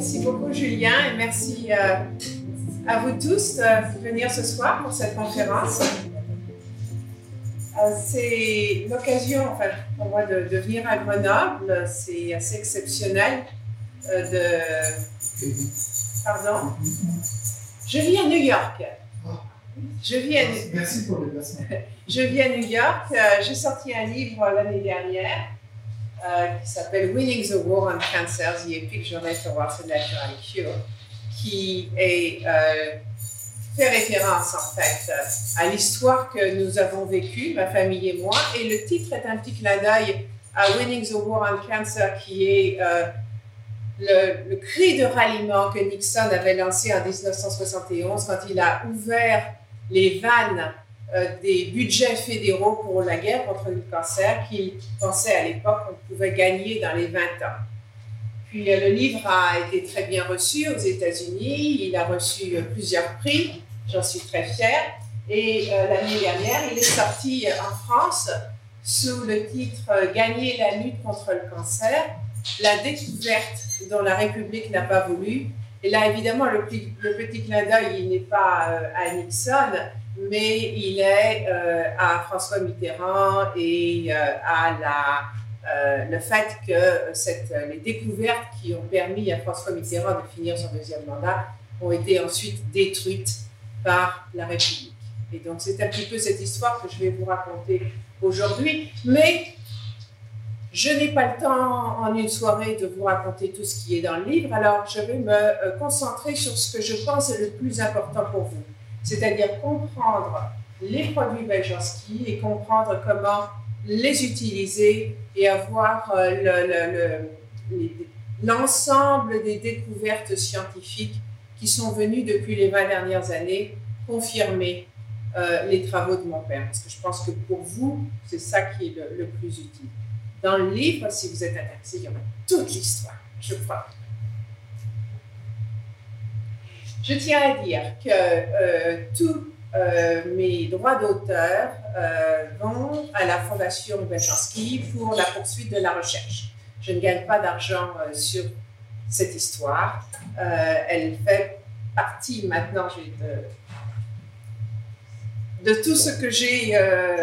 Merci beaucoup, Julien, et merci à vous tous de venir ce soir pour cette conférence. C'est l'occasion, enfin, pour moi, de venir à Grenoble. C'est assez exceptionnel Pardon? Je vis à New York. Merci pour le déplacement. Je vis à New York. J'ai sorti un livre l'année dernière qui s'appelle Winning the War on Cancer, The Epic Journey Towards a Natural Cure, qui est fait référence en fait à l'histoire que nous avons vécue, ma famille et moi, et le titre est un petit clin d'œil à Winning the War on Cancer, qui est le cri de ralliement que Nixon avait lancé en 1971 quand il a ouvert les vannes des budgets fédéraux pour la guerre contre le cancer, qu'il pensait à l'époque qu'on pouvait gagner dans les 20 ans. Puis le livre a été très bien reçu aux États-Unis, il a reçu plusieurs prix, j'en suis très fière, et l'année dernière, il est sorti en France sous le titre « Gagner la lutte contre le cancer », la découverte dont la République n'a pas voulu. Et là, évidemment, le petit clin d'œil, il n'est pas à Nixon, mais il est à François Mitterrand et à le fait que les découvertes qui ont permis à François Mitterrand de finir son deuxième mandat ont été ensuite détruites par la République. Et donc, c'est un petit peu cette histoire que je vais vous raconter aujourd'hui. Mais je n'ai pas le temps en une soirée de vous raconter tout ce qui est dans le livre, alors je vais me concentrer sur ce que je pense est le plus important pour vous, c'est-à-dire comprendre les produits Beljanski et comprendre comment les utiliser et avoir l'ensemble des découvertes scientifiques qui sont venues depuis les 20 dernières années confirmer les travaux de mon père, parce que je pense que pour vous, c'est ça qui est le plus utile. Dans le livre, si vous êtes intéressé, il y aura toute l'histoire, je crois. Je tiens à dire que tous mes droits d'auteur vont à la Fondation Beljanski pour la poursuite de la recherche. Je ne gagne pas d'argent sur cette histoire. Elle fait partie maintenant de tout ce que j'ai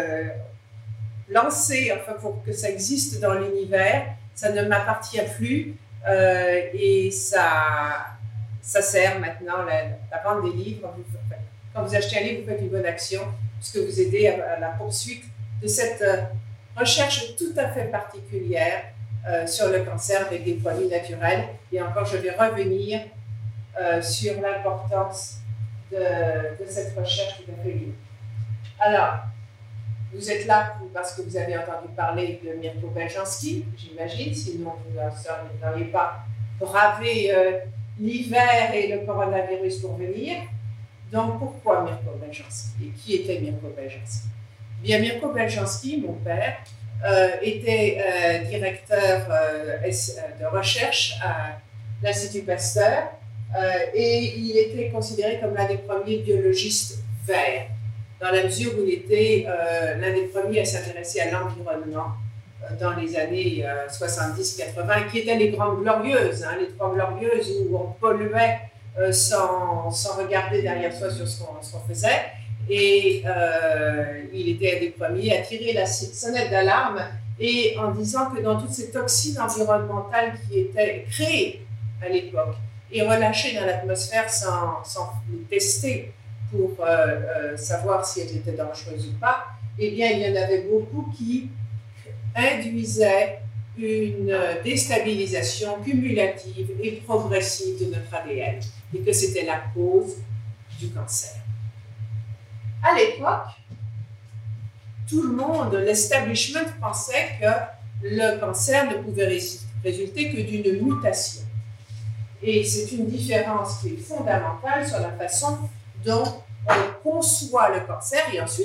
lancé, enfin pour que ça existe dans l'univers. Ça ne m'appartient plus et ça sert maintenant, la vente des livres. Quand vous achetez un livre, vous faites une bonne action puisque vous aidez à la poursuite de cette recherche tout à fait particulière sur le cancer avec des produits naturels. Et encore, je vais revenir sur l'importance de cette recherche tout à fait unique. Alors, vous êtes là parce que vous avez entendu parler de Mirko Beljanski, j'imagine, sinon vous n'auriez pas bravé l'hiver et le coronavirus pour venir. Donc, pourquoi Mirko Beljanski? Et qui était Mirko Beljanski? Bien, Mirko Beljanski, mon père, était directeur de recherche à l'Institut Pasteur et il était considéré comme l'un des premiers biologistes verts, dans la mesure où il était l'un des premiers à s'intéresser à l'environnement dans les années 70-80, qui étaient les Grandes Glorieuses, les Trois Glorieuses où on polluait sans regarder derrière soi sur ce qu'on faisait. Et il était un des premiers à tirer la sonnette d'alarme et en disant que dans toutes ces toxines environnementales qui étaient créées à l'époque et relâchées dans l'atmosphère sans les tester pour savoir si elles étaient dangereuses ou pas, eh bien, il y en avait beaucoup qui induisaient une déstabilisation cumulative et progressive de notre ADN et que c'était la cause du cancer. À l'époque, tout le monde, l'establishment pensait que le cancer ne pouvait résulter que d'une mutation. Et c'est une différence qui est fondamentale sur la façon dont on conçoit le cancer et ensuite,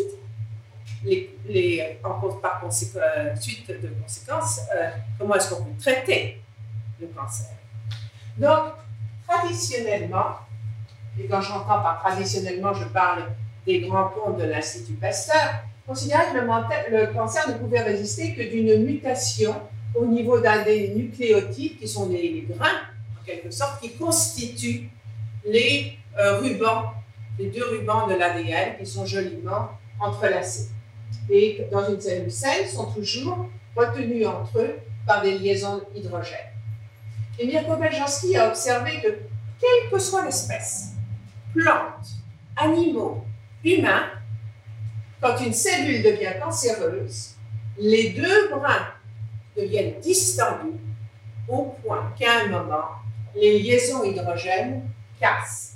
suite de conséquences, comment est-ce qu'on peut traiter le cancer. Donc, traditionnellement, et quand j'entends par traditionnellement, je parle des grands ponts de l'Institut Pasteur, considérait que le cancer ne pouvait résister que d'une mutation au niveau d'un des nucléotides, qui sont les grains, en quelque sorte, qui constituent les rubans, les deux rubans de l'ADN qui sont joliment entrelacés. Et dans une cellule saine, sont toujours retenus entre eux par des liaisons hydrogènes. Et Mirko-Beljanski a observé que, quelle que soit l'espèce, plantes, animaux, humains, quand une cellule devient cancéreuse, les deux brins deviennent distendus au point qu'à un moment, les liaisons hydrogènes cassent.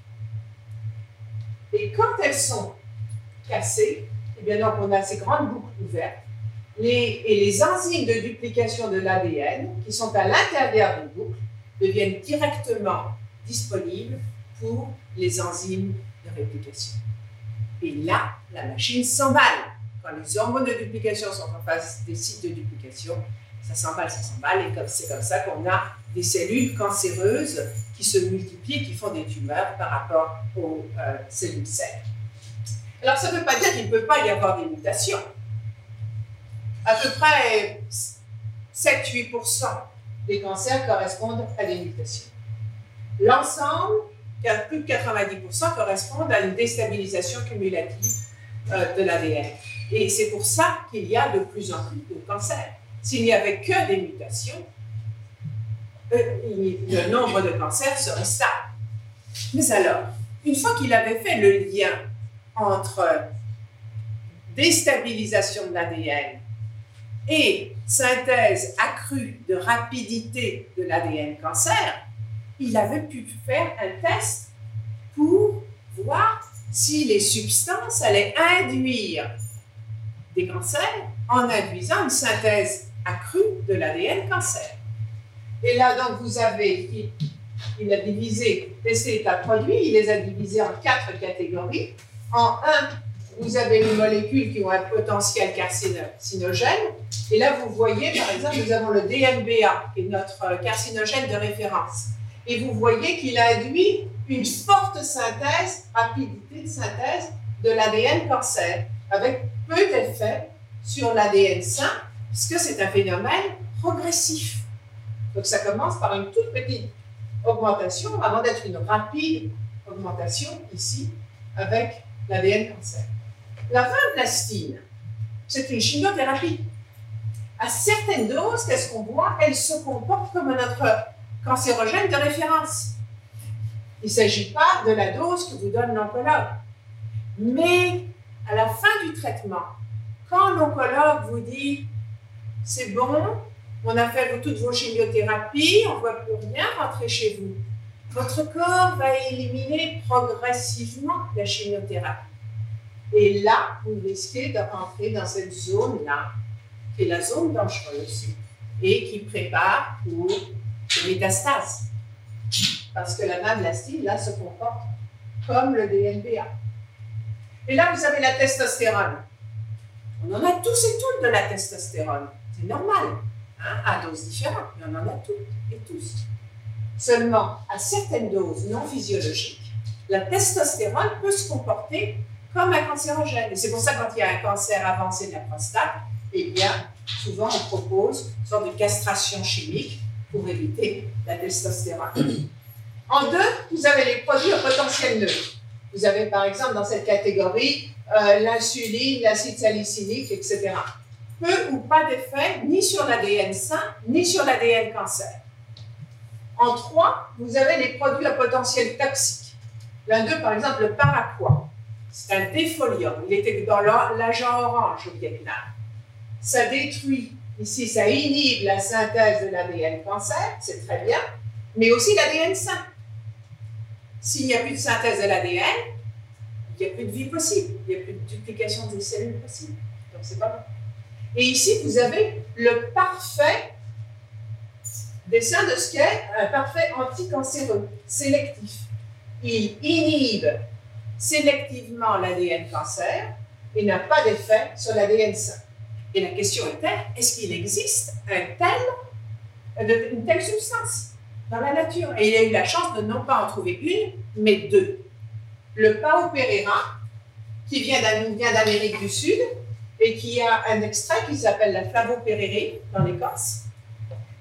Et quand elles sont cassées, eh bien donc on a ces grandes boucles ouvertes, et les enzymes de duplication de l'ADN, qui sont à l'intérieur des boucles, deviennent directement disponibles pour les enzymes de réplication. Et là, la machine s'emballe. Quand les hormones de duplication sont en face des sites de duplication, ça s'emballe, et c'est comme ça qu'on a des cellules cancéreuses qui se multiplient, qui font des tumeurs par rapport aux cellules saines. Alors, ça ne veut pas dire qu'il ne peut pas y avoir des mutations. À peu près 7-8% des cancers correspondent à des mutations. L'ensemble, plus de 90%, correspondent à une déstabilisation cumulative de l'ADN. Et c'est pour ça qu'il y a de plus en plus de cancers. S'il n'y avait que des mutations, le nombre de cancers serait stable. Mais alors, une fois qu'il avait fait le lien entre déstabilisation de l'ADN et synthèse accrue de rapidité de l'ADN cancer, il avait pu faire un test pour voir si les substances allaient induire des cancers en induisant une synthèse accrue de l'ADN cancer. Et là, donc, vous avez, il a divisé, testé les tas de produits, il les a divisés en 4 catégories. En 1, vous avez les molécules qui ont un potentiel carcinogène. Et là, vous voyez, par exemple, nous avons le DMBA, qui est notre carcinogène de référence. Et vous voyez qu'il a induit une forte synthèse, rapidité de synthèse de l'ADN cancer, avec peu d'effet sur l'ADN sain, puisque c'est un phénomène progressif. Donc ça commence par une toute petite augmentation avant d'être une rapide augmentation ici avec l'ADN cancer. La vinblastine, c'est une chimiothérapie. À certaines doses, qu'est-ce qu'on voit? Elle se comporte comme notre cancérogène de référence. Il ne s'agit pas de la dose que vous donne l'oncologue. Mais à la fin du traitement, quand l'oncologue vous dit « c'est bon, on a fait toutes vos chimiothérapies, on ne voit plus rien, rentrez chez vous », votre corps va éliminer progressivement la chimiothérapie. Et là, vous risquez de rentrer dans cette zone-là, qui est la zone dangereuse, et qui prépare pour les métastases. Parce que la vinblastine, là, se comporte comme le DNBA. Et là, vous avez la testostérone. On en a tous et toutes de la testostérone. C'est normal, hein, à doses différentes, mais on en a toutes et tous. Seulement, à certaines doses non physiologiques, la testostérone peut se comporter comme un cancérogène. Et c'est pour ça, quand il y a un cancer avancé de la prostate, eh bien, souvent, on propose une sorte de castration chimique pour éviter la testostérone. En 2, vous avez les produits au potentiel neutre. Vous avez, par exemple, dans cette catégorie, l'insuline, l'acide salicylique, etc. Peu ou pas d'effet ni sur l'ADN sain, ni sur l'ADN cancer. En 3, vous avez les produits à potentiel toxique. L'un d'eux, par exemple, le paraquat. C'est un défolium. Il était dans l'agent orange au Vietnam. Ça détruit, ici, ça inhibe la synthèse de l'ADN cancer, c'est très bien, mais aussi l'ADN sain. S'il n'y a plus de synthèse de l'ADN, il n'y a plus de vie possible, il n'y a plus de duplication des cellules possible. Donc, c'est pas bon. Et ici, vous avez le parfait dessin de ce qu'est un parfait anticancéreux, sélectif. Il inhibe sélectivement l'ADN cancer et n'a pas d'effet sur l'ADN sain. Et la question était, est-ce qu'il existe une telle substance dans la nature? Et il a eu la chance de non pas en trouver une, mais 2. Le Pao Pereira, qui vient d'Amérique du Sud et qui a un extrait qui s'appelle la flavopérérine dans l'Écosse.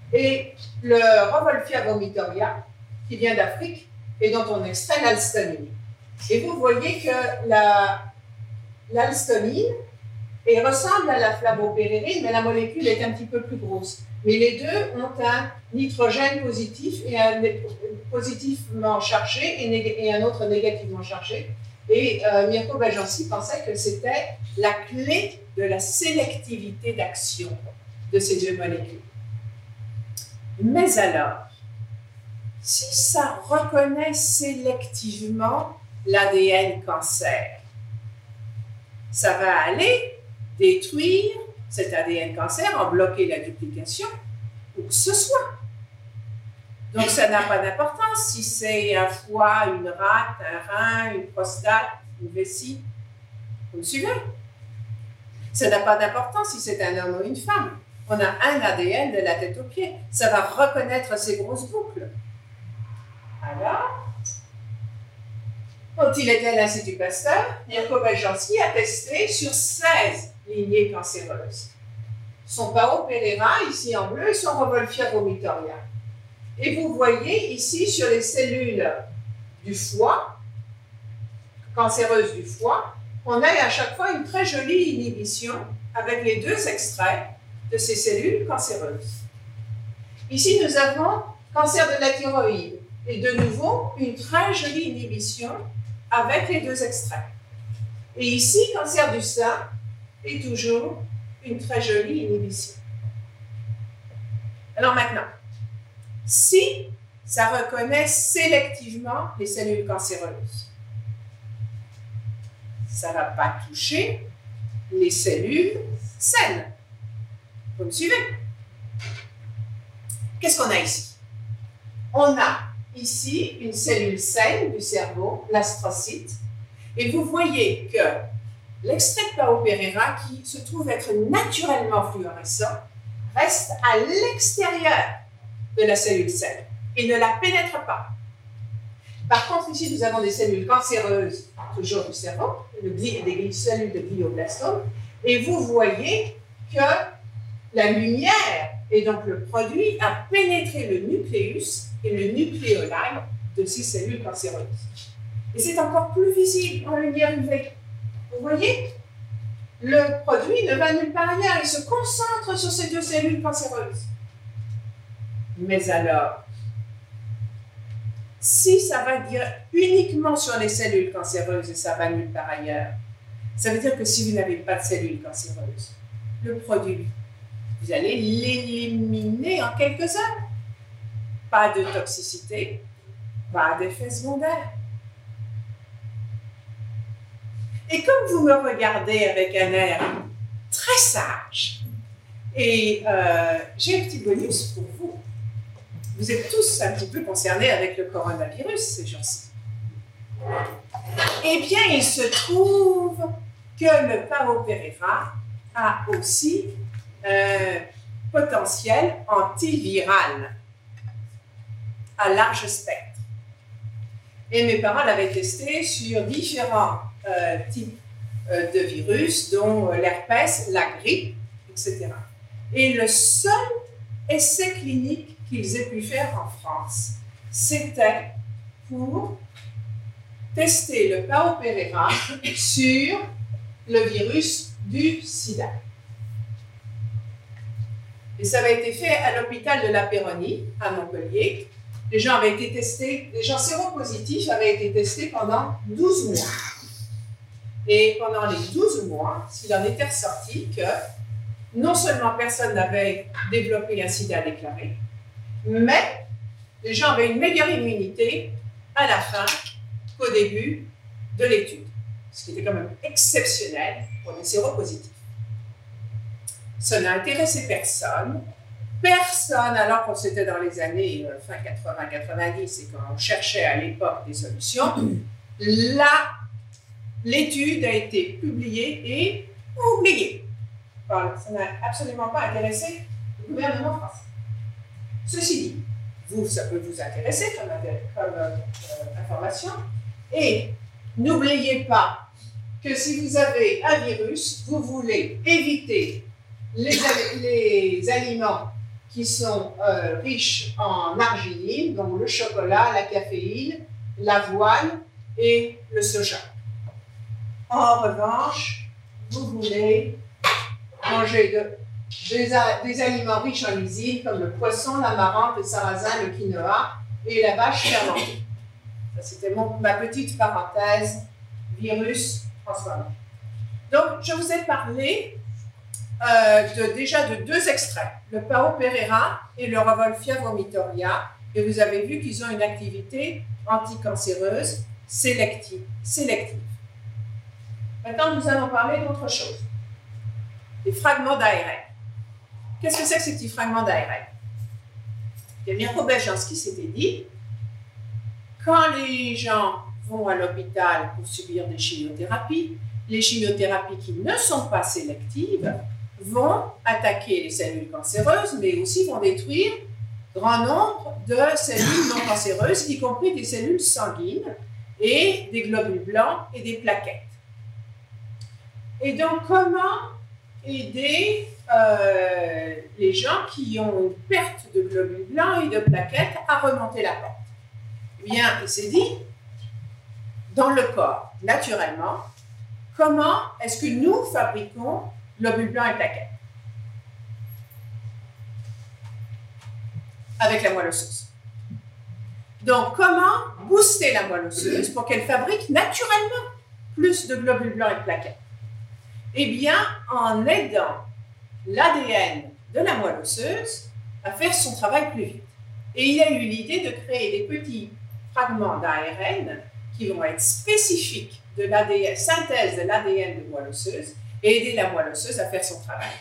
et le Revolfia vomitoria, qui vient d'Afrique, et dont on extrait l'alstonine. Et vous voyez que l'alstonine ressemble à la flavopérérine, mais la molécule est un petit peu plus grosse. Mais les deux ont un nitrogène positif et un positivement chargé et un autre négativement chargé. Et Mirko Bajanci pensait que c'était la clé de la sélectivité d'action de ces deux molécules. Mais alors, si ça reconnaît sélectivement l'ADN cancer, ça va aller détruire cet ADN cancer, en bloquer la duplication, ou que ce soit. Donc, ça n'a pas d'importance si c'est un foie, une rate, un rein, une prostate, une vessie. Vous me suivez? Ça n'a pas d'importance si c'est un homme ou une femme. On a un ADN de la tête aux pieds. Ça va reconnaître ces grosses boucles. Alors, quand il était à l'Institut Pasteur, Mirko Bajanci a testé sur 16 lignées cancéreuses. Son Pao Pereira, ici en bleu, et son Revolfia vomitoria. Et vous voyez ici sur les cellules du foie, cancéreuses du foie, on a à chaque fois une très jolie inhibition avec les deux extraits de ces cellules cancéreuses. Ici, nous avons cancer de la thyroïde. Et de nouveau, une très jolie inhibition avec les deux extraits. Et ici, cancer du sein, et toujours une très jolie inhibition. Alors maintenant, si ça reconnaît sélectivement les cellules cancéreuses, ça ne va pas toucher les cellules saines. Vous me suivez? Qu'est-ce qu'on a ici? On a ici une cellule saine du cerveau, l'astrocyte, et vous voyez que l'extrait de Pao Pereira, qui se trouve être naturellement fluorescent, reste à l'extérieur de la cellule saine et ne la pénètre pas. Par contre, ici, nous avons des cellules cancéreuses, toujours du cerveau, des cellules de glioblastome, et vous voyez que la lumière, et donc le produit, a pénétré le nucléus et le nucléolaire de ces cellules cancéreuses. Et c'est encore plus visible en lumière UV. Vous voyez? Le produit ne va nulle part ailleurs, il se concentre sur ces deux cellules cancéreuses. Mais alors, si ça va dire uniquement sur les cellules cancéreuses et ça va nulle part ailleurs, ça veut dire que si vous n'avez pas de cellules cancéreuses, le produit, vous allez l'éliminer en quelques heures. Pas de toxicité, pas d'effet secondaire. Et comme vous me regardez avec un air très sage, et j'ai un petit bonus pour vous. Vous êtes tous un petit peu concernés avec le coronavirus ces jours-ci. Eh bien, il se trouve que le Pao Pereira a aussi un potentiel antiviral à large spectre. Et mes parents l'avaient testé sur différents types de virus, dont l'herpès, la grippe, etc. Et le seul essai clinique qu'ils aient pu faire en France, c'était pour tester le Pao Pereira sur le virus du sida. Et ça avait été fait à l'hôpital de la Péronie, à Montpellier. Les gens avaient été testés, les gens séropositifs avaient été testés pendant 12 mois. Et pendant les 12 mois, il en était ressorti que non seulement personne n'avait développé un sida déclaré, mais les gens avaient une meilleure immunité à la fin qu'au début de l'étude, ce qui était quand même exceptionnel pour les séropositifs. Ça n'a intéressé personne. Personne, alors qu'on était dans les années fin 80-90 et qu'on cherchait à l'époque des solutions, l'étude a été publiée et oubliée. Voilà, ça n'a absolument pas intéressé le gouvernement français. Ceci dit, ça peut vous intéresser comme information. Et n'oubliez pas que si vous avez un virus, vous voulez éviter les aliments qui sont riches en arginine, donc le chocolat, la caféine, l'avoine et le soja. En revanche, vous voulez manger des aliments riches en lysine comme le poisson, l'amarante, le sarrasin, le quinoa et la vache fermentée. Ça, c'était ma petite parenthèse virus transformé. Donc, je vous ai parlé déjà de 2 extraits, le Pao Pereira et le Revolfia vomitoria, et vous avez vu qu'ils ont une activité anticancéreuse sélective. Maintenant, nous allons parler d'autre chose, des fragments d'ARN. Qu'est-ce que c'est que ces petits fragments d'ARN? Il y a Mirko Beljanski s'était dit, quand les gens vont à l'hôpital pour subir des chimiothérapies, les chimiothérapies qui ne sont pas sélectives vont attaquer les cellules cancéreuses, mais aussi vont détruire grand nombre de cellules non cancéreuses, y compris des cellules sanguines et des globules blancs et des plaquettes. Et donc, comment aider les gens qui ont une perte de globules blancs et de plaquettes à remonter la pente? Eh bien, il s'est dit, dans le corps, naturellement, comment est-ce que nous fabriquons globules blancs et plaquettes? Avec la moelle osseuse. Donc, comment booster la moelle osseuse pour qu'elle fabrique naturellement plus de globules blancs et de plaquettes? Eh bien, en aidant l'ADN de la moelle osseuse à faire son travail plus vite. Et il a eu l'idée de créer des petits fragments d'ARN qui vont être spécifiques de l'ADN, synthèse de l'ADN de moelle osseuse, et aider la moelle osseuse à faire son travail.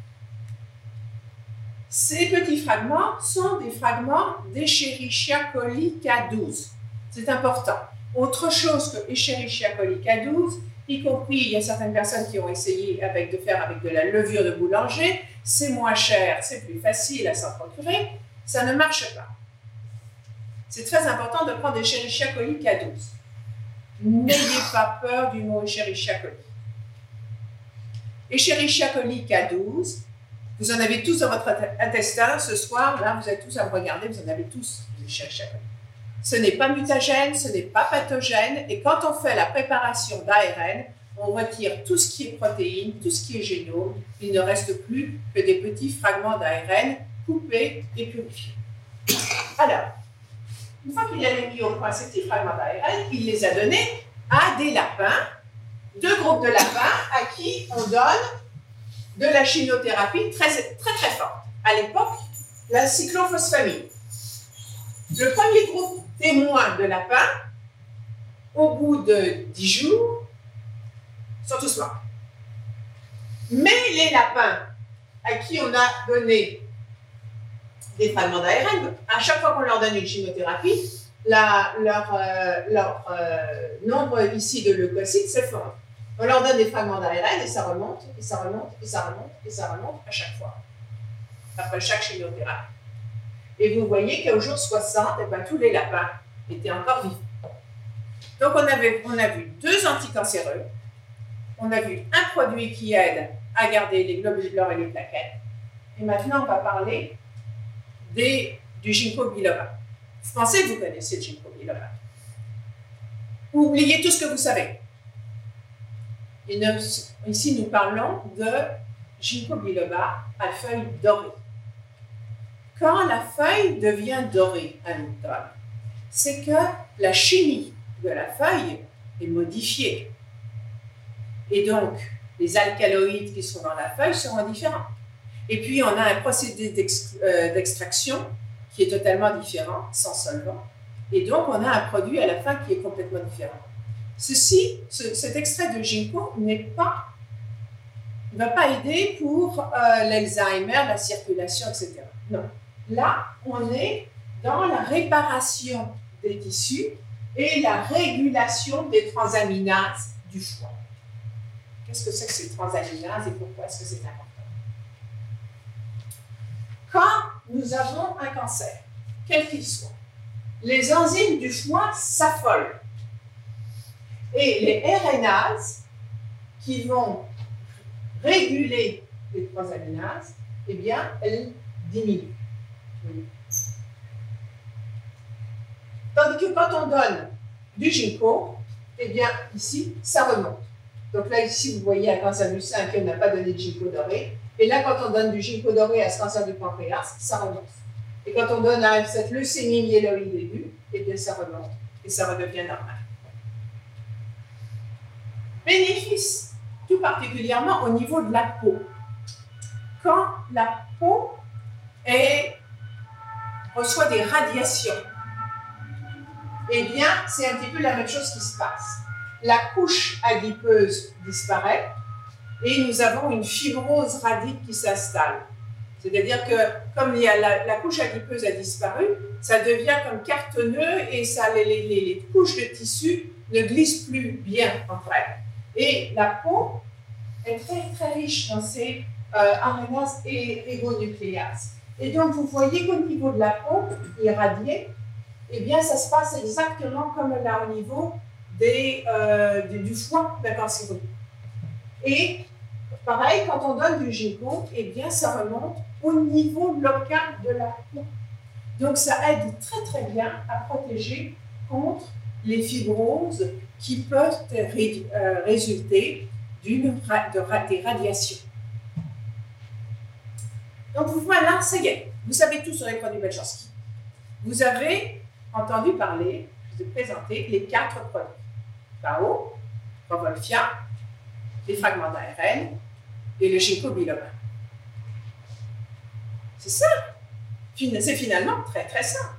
Ces petits fragments sont des fragments d'Escherichia coli K12. C'est important. Autre chose que Escherichia coli K12, y compris, il y a certaines personnes qui ont essayé de faire avec de la levure de boulanger, c'est moins cher, c'est plus facile à s'en procurer, ça ne marche pas. C'est très important de prendre Escherichia coli K12. N'ayez pas peur du mot Escherichia coli. Escherichia coli K12, vous en avez tous dans votre intestin ce soir, là vous êtes tous à me regarder, vous en avez tous Escherichia coli. Ce n'est pas mutagène, ce n'est pas pathogène, et quand on fait la préparation d'ARN, on retire tout ce qui est protéines, tout ce qui est génome, il ne reste plus que des petits fragments d'ARN coupés et purifiés. Alors, une fois qu'il a mis au point ces petits fragments d'ARN, il les a donnés à des lapins, 2 groupes de lapins à qui on donne de la chimiothérapie très forte. À l'époque, la cyclophosphamide. Le premier groupe témoin de lapins, au bout de 10 jours, sont tous morts. Mais les lapins à qui on a donné des fragments d'ARN, à chaque fois qu'on leur donne une chimiothérapie, leur nombre ici de leucocytes s'effondre. On leur donne des fragments d'ARN et ça remonte, et ça remonte, et ça remonte, et ça remonte à chaque fois, après chaque chimiothérapie. Et vous voyez qu'au jour 60, eh ben, tous les lapins étaient encore vivants. Donc on a vu 2 anticancéreux, on a vu un produit qui aide à garder les globules blancs et les plaquettes, et maintenant on va parler du ginkgo biloba. Vous pensez que vous connaissez le ginkgo biloba. Oubliez tout ce que vous savez. Et ici, nous parlons de ginkgo biloba à feuilles dorées. Quand la feuille devient dorée à l'automne, c'est que la chimie de la feuille est modifiée. Et donc, les alcaloïdes qui sont dans la feuille seront différents. Et puis, on a un procédé d'extraction qui est totalement différent, sans solvant. Et donc, on a un produit à la fin qui est complètement différent. Cet extrait de ginkgo ne va pas aider pour l'Alzheimer, la circulation, etc. Non. Là, on est dans la réparation des tissus et la régulation des transaminases du foie. Qu'est-ce que c'est que ces transaminases et pourquoi est-ce que c'est important? Quand nous avons un cancer, quel qu'il soit, les enzymes du foie s'affolent. Et les RNases qui vont réguler les transaminases, eh bien, elles diminue. Oui. Tandis que quand on donne du ginkgo, eh bien, ici, ça remonte. Donc là, ici, vous voyez un cancer du sein qui n'a pas donné de ginkgo doré. Et là, quand on donne du ginkgo doré à ce cancer du pancréas, ça remonte. Et quand on donne à cette leucémie myéloïde aiguë, eh bien, ça remonte. Et ça redevient normal. Bénéfice, tout particulièrement au niveau de la peau. Quand la peau reçoit des radiations, eh bien, c'est un petit peu la même chose qui se passe. La couche adipeuse disparaît et nous avons une fibrose radique qui s'installe. C'est-à-dire que, comme la couche adipeuse a disparu, ça devient comme cartonneux et ça, les couches de tissu ne glissent plus bien entre elles. Et la peau est très, très riche dans ces arénases et ribonucléases. Et donc, vous voyez qu'au niveau de la peau irradiée, eh bien, ça se passe exactement comme là au niveau du foie d'un cancéreux. Et pareil, quand on donne du ginkgo, eh bien, ça remonte au niveau local de la peau. Donc, ça aide très, très bien à protéger contre les fibroses qui peuvent résulter des radiations. Donc, voilà, ça y est, vous savez tout sur les produits Beljanski. Vous avez entendu parler, je vous ai présenté les 4 produits. PAO, Provolfia, les fragments d'ARN et le ginkgo biloba. C'est ça. C'est finalement très très simple.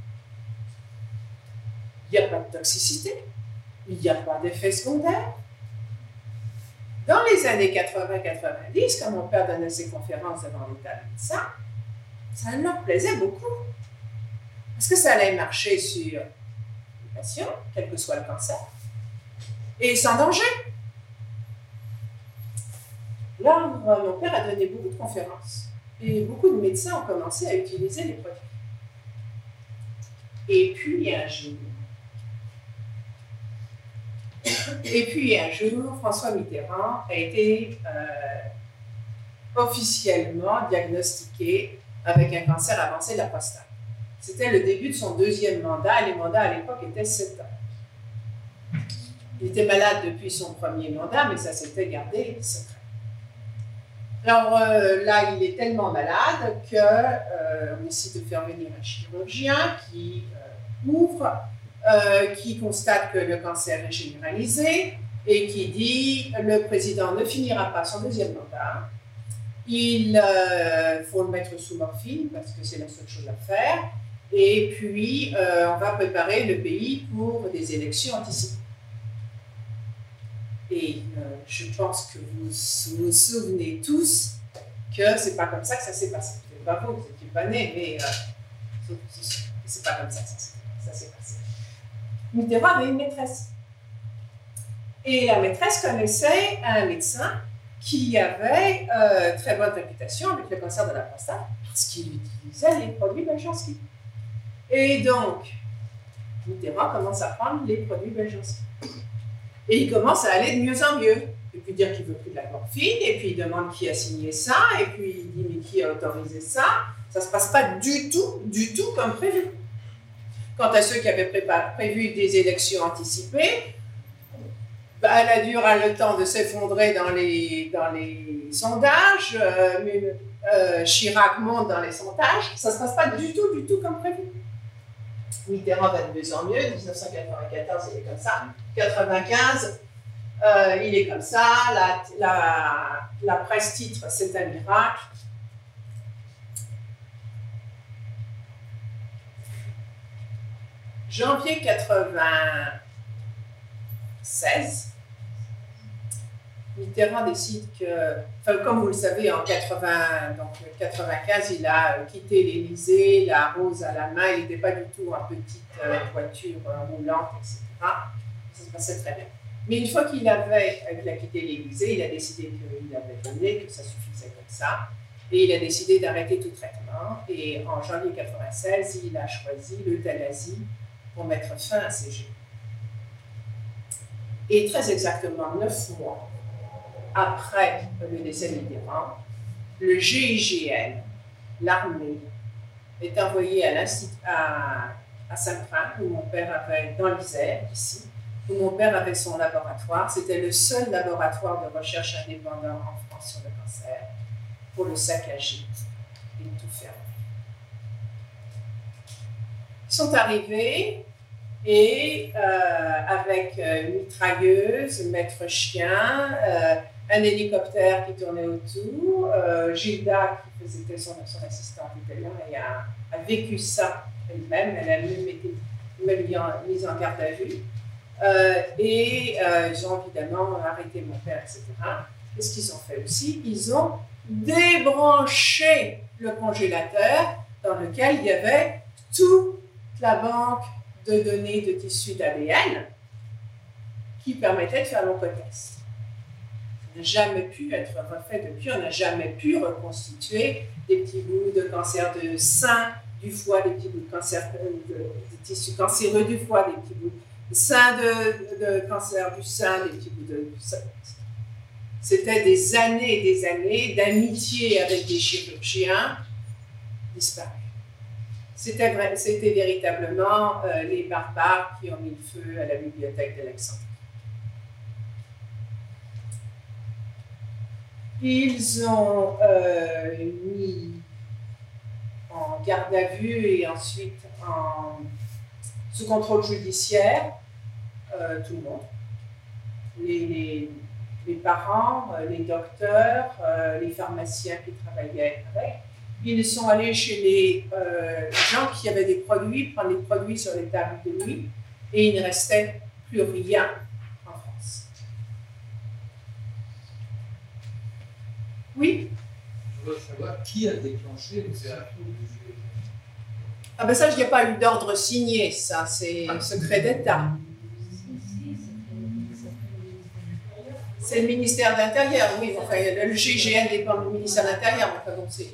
Il n'y a pas de toxicité, il n'y a pas d'effet secondaire. Dans les années 80-90, quand mon père donnait ses conférences devant les tas de médecins, ça leur plaisait beaucoup. Parce que ça allait marcher sur les patients, quel que soit le cancer, et sans danger. Là, mon père a donné beaucoup de conférences. Et beaucoup de médecins ont commencé à utiliser les produits. Et puis un jour, François Mitterrand a été officiellement diagnostiqué avec un cancer avancé de la prostate. C'était le début de son 2e mandat, et les mandats à l'époque étaient 7 ans. Il était malade depuis son 1er mandat, mais ça s'était gardé secret. Alors là, il est tellement malade qu'on décide de faire venir un chirurgien qui ouvre, qui constate que le cancer est généralisé et qui dit le président ne finira pas son 2e mandat. Il faut le mettre sous morphine parce que c'est la seule chose à faire. Et puis, on va préparer le pays pour des élections anticipées. Et je pense que vous vous souvenez tous que c'est pas comme ça que ça s'est passé. C'est pas vous n'étiez pas nés, mais c'est pas comme ça que ça s'est passé. Mitterrand avait une maîtresse. Et la maîtresse connaissait un médecin qui avait très bonne réputation avec le cancer de la prostate parce qu'il utilisait les produits Beljanski. Et donc, Mitterrand commence à prendre les produits Beljanski. Et il commence à aller de mieux en mieux. Et puis dire qu'il ne veut plus de la morphine, et puis il demande qui a signé ça, et puis il dit mais qui a autorisé ça. Ça ne se passe pas du tout comme prévu. Quant à ceux qui avaient prévu des élections anticipées, bah, la dure a le temps de s'effondrer dans les sondages, Chirac monte dans les sondages, ça ne se passe pas du tout comme prévu. Mitterrand va de mieux en mieux, 1994 il est comme ça, 95 il est comme ça, la presse titre c'est un miracle. Janvier 96, Mitterrand décide que, enfin, comme vous le savez, en 95, il a quitté l'Élysée, la rose à la main, il n'était pas du tout en petite voiture roulante, etc. Ça se passait très bien. Mais une fois qu'il a quitté l'Élysée, il a décidé qu'il avait donné, que ça suffisait comme ça, et il a décidé d'arrêter tout traitement. Et en janvier 96, il a choisi l'euthanasie pour mettre fin à ses jours. Et très exactement 9 mois après le décès de Mitterrand, le GIGN l'armée est envoyée à Saint-Prin, où mon père avait, dans l'Isère, ici, où mon père avait son laboratoire. C'était le seul laboratoire de recherche indépendant en France sur le cancer, pour le saccager et tout fermer. Ils sont arrivés et avec une mitrailleuse, maître chien, un hélicoptère qui tournait autour. Gilda, qui était son assistante, était là et a vécu ça elle-même. Elle a même été mise en garde à vue. Ils ont évidemment arrêté mon père, etc. Qu'est-ce qu'ils ont fait aussi? Ils ont débranché le congélateur dans lequel il y avait toute la banque de données de tissus d'ADN qui permettait de faire l'oncotest. Ça n'a jamais pu être refait depuis, on n'a jamais pu reconstituer des petits bouts de cancer de sein, du foie, des petits bouts de cancer de tissus cancéreux du foie, des petits bouts de sein de cancer du sein, des petits bouts du sein. C'était des années d'amitié avec des chirurgiens disparus. C'était véritablement les barbares qui ont mis le feu à la bibliothèque d'Alexandrie. Ils ont mis en garde à vue et ensuite sous contrôle judiciaire tout le monde. Les parents, les docteurs, les pharmaciens qui travaillaient avec. Ils sont allés chez les gens qui avaient des produits, prendre les produits sur les tables de nuit, et il ne restait plus rien en France. Oui? Je voudrais savoir qui a déclenché l'opération du juge. Ah ben ça, je n'ai pas eu d'ordre signé, ça, c'est secret d'État. C'est le ministère de l'Intérieur, oui. Enfin, le GIGN dépend du ministère de l'Intérieur, mais pas donc c'est.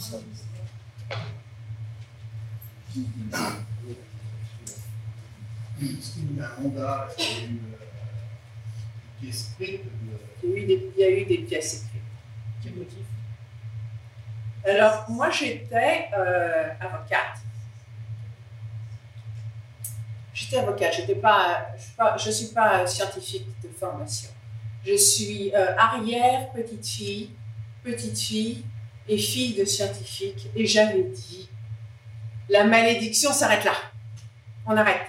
Est-ce qu'il y a un mandat, est-ce qu'il y a eu une pièce écrite? Il y a eu des pièces écrites. Quel motif? Alors, moi, j'étais avocate. J'étais avocate, je ne suis pas scientifique de formation. Je suis arrière petite-fille et fille de scientifique. Et j'avais dit, la malédiction s'arrête là. On arrête.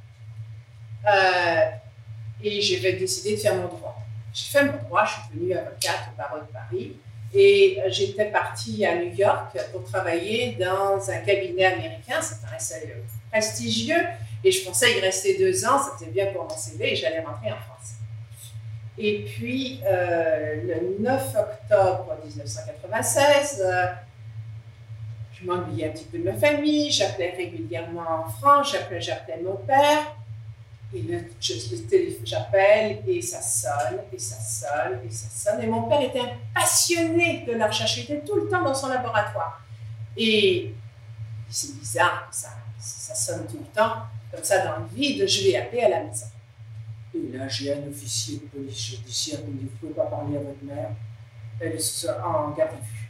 Et j'ai décidé de faire mon droit. J'ai fait mon droit, je suis devenue avocate au barreau de Paris. Et j'étais partie à New York pour travailler dans un cabinet américain. C'est un assez prestigieux. Et je pensais y rester 2 ans, c'était bien pour mon CV, et j'allais rentrer en France. Et puis, le 9 octobre 1996, je m'ennuyais un petit peu de ma famille, j'appelais régulièrement en France, j'appelais mon père, et là, j'appelle, et ça sonne, et ça sonne, et ça sonne. Et mon père était un passionné de la recherche, il était tout le temps dans son laboratoire. Et c'est bizarre, ça sonne tout le temps, comme ça dans le vide, je vais appeler à la maison. Et là, j'ai un officier de police judiciaire qui me dit, vous ne pouvez pas parler à votre mère, elle est en garde à vue.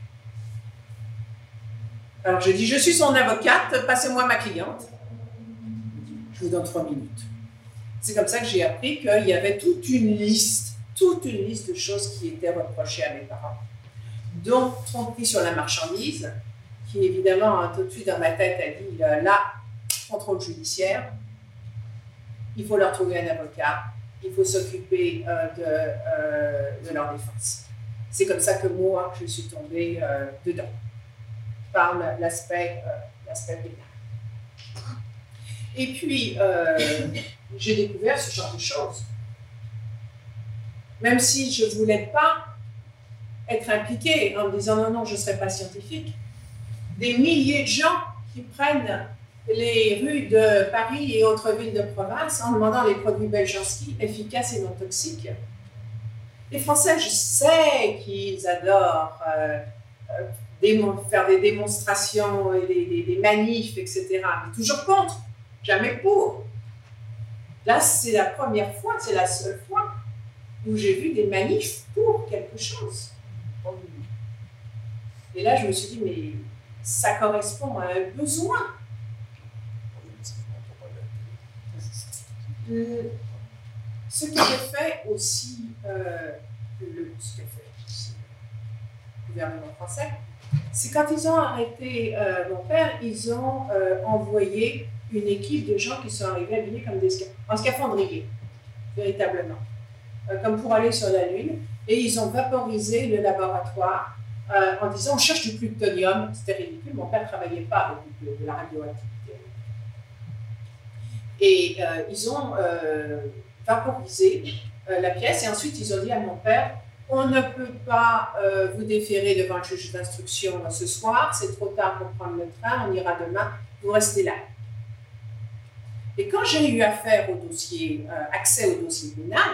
Alors je dis, je suis son avocate, passez-moi ma cliente. Je vous donne 3 minutes. C'est comme ça que j'ai appris qu'il y avait toute une liste de choses qui étaient reprochées à mes parents. Donc, tromperie sur la marchandise, qui évidemment, tout de suite dans ma tête, a dit, là, contrôle judiciaire, il faut leur trouver un avocat, il faut s'occuper de leur défense. C'est comme ça que moi, je suis tombée dedans, par l'aspect pénal. Et puis, j'ai découvert ce genre de choses. Même si je ne voulais pas être impliquée en me disant non, non, je ne serai pas scientifique, des milliers de gens qui prennent les rues de Paris et autres villes de province en demandant les produits Beljanski efficaces et non toxiques. Les Français, je sais qu'ils adorent faire des démonstrations et des manifs, etc. Mais toujours contre, jamais pour. Là, c'est la première fois, c'est la seule fois où j'ai vu des manifs pour quelque chose. Et là, je me suis dit, mais ça correspond à un besoin. Ce qu'avait fait aussi ce qu'a fait aussi le gouvernement français, c'est quand ils ont arrêté mon père, ils ont envoyé une équipe de gens qui sont arrivés habillés comme en scaphandrier, véritablement, comme pour aller sur la Lune, et ils ont vaporisé le laboratoire en disant on cherche du plutonium. C'était ridicule, mon père ne travaillait pas avec de la radioactivité. Et ils ont vaporisé la pièce, et ensuite ils ont dit à mon père on ne peut pas vous déférer devant le juge d'instruction ce soir, c'est trop tard pour prendre le train, on ira demain, vous restez là. Et quand j'ai eu affaire au dossier, accès au dossier pénal,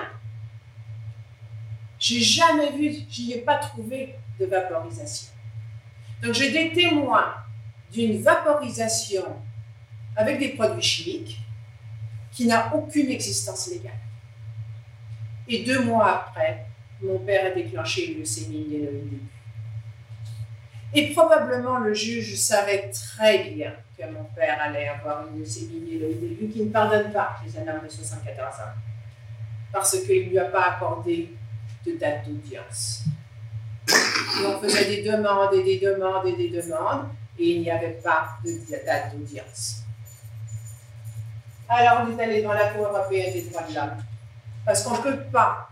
j'ai jamais vu, j'y ai pas trouvé de vaporisation. Donc j'ai des témoins d'une vaporisation avec des produits chimiques qui n'a aucune existence légale. Et 2 mois après, mon père a déclenché une leucémie myéloïdique. Et probablement le juge savait très bien que mon père allait avoir une leucémie myéloïdique, vu qu'il ne pardonne pas les un homme de 74 ans, parce qu'il ne lui a pas accordé de date d'audience. On faisait des demandes et des demandes et des demandes, et il n'y avait pas de date d'audience. Alors on est allé dans la Cour européenne des droits de l'homme, parce qu'on ne peut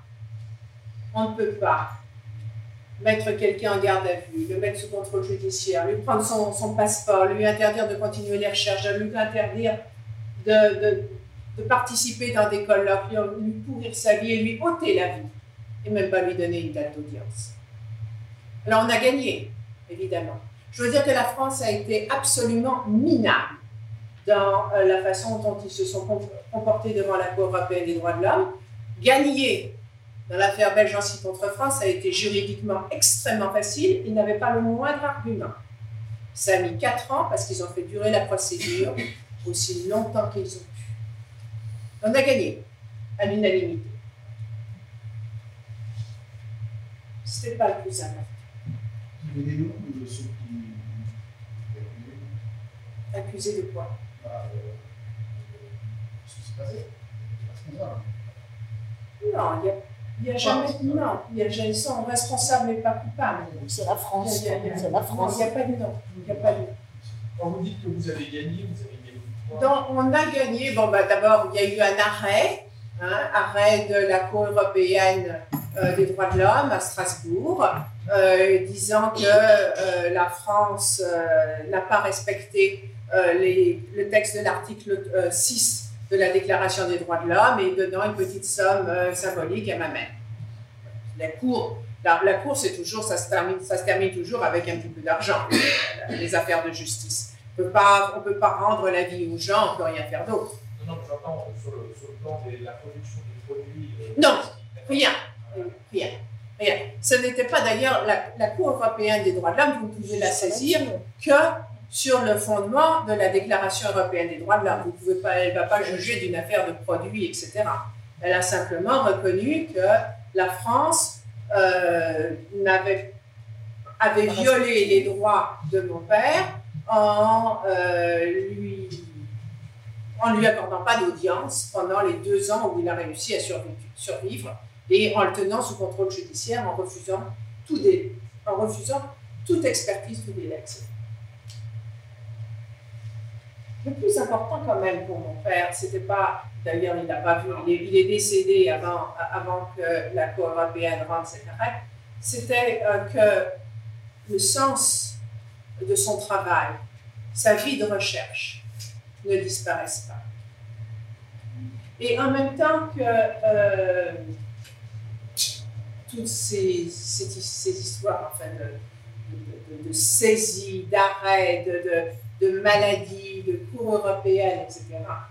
pas mettre quelqu'un en garde à vue, le mettre sous contrôle judiciaire, lui prendre son passeport, lui interdire de continuer les recherches, lui interdire de participer dans des colloques, lui pourrir sa vie et lui ôter la vie, et même pas lui donner une date d'audience. Alors on a gagné, évidemment. Je veux dire que la France a été absolument minable dans la façon dont ils se sont comportés devant la Cour européenne des droits de l'homme. Gagner dans l'affaire Belgency contre France a été juridiquement extrêmement facile. Ils n'avaient pas le moindre argument. Ça a mis 4 ans parce qu'ils ont fait durer la procédure aussi longtemps qu'ils ont pu. On a gagné à l'unanimité. Ce n'était pas le plus important. Vous avez des noms de ceux qui étaient accusés de quoi? Ce qui s'est passé. Non, il n'y a jamais. Non, ils sont responsables et pas coupables. C'est la France. C'est la France. Il n'y a pas de nom. Il n'y a pas de nom. Quand vous dites que vous avez gagné quoi? Donc, on a gagné. Bon, bah, d'abord, il y a eu un arrêt, arrêt de la Cour européenne des droits de l'homme à Strasbourg, disant que la France n'a pas respecté le texte de l'article 6 de la Déclaration des droits de l'homme et donnant une petite somme symbolique à ma mère. La Cour, c'est toujours, ça se termine toujours avec un petit peu d'argent, les affaires de justice. On ne peut pas rendre la vie aux gens, on ne peut rien faire d'autre. Non, j'entends sur le plan de la production des produits. Non, rien. Ce n'était pas d'ailleurs la Cour européenne des droits de l'homme, vous pouvez la saisir que sur le fondement de la Déclaration européenne des droits de l'homme. Elle ne va pas juger d'une affaire de produits, etc. Elle a simplement reconnu que la France avait violé les droits de mon père en lui accordant pas d'audience pendant les 2 ans où il a réussi à survivre et en le tenant sous contrôle judiciaire, en refusant toute expertise, tout délai, etc. Le plus important quand même pour mon père, c'était pas, d'ailleurs il n'a pas vu, il est décédé avant que la Cour européenne rende cet arrêt, c'était que le sens de son travail, sa vie de recherche ne disparaissent pas. Et en même temps que toutes ces histoires enfin, de saisie, d'arrêt, de maladies, de cours européennes, etc.,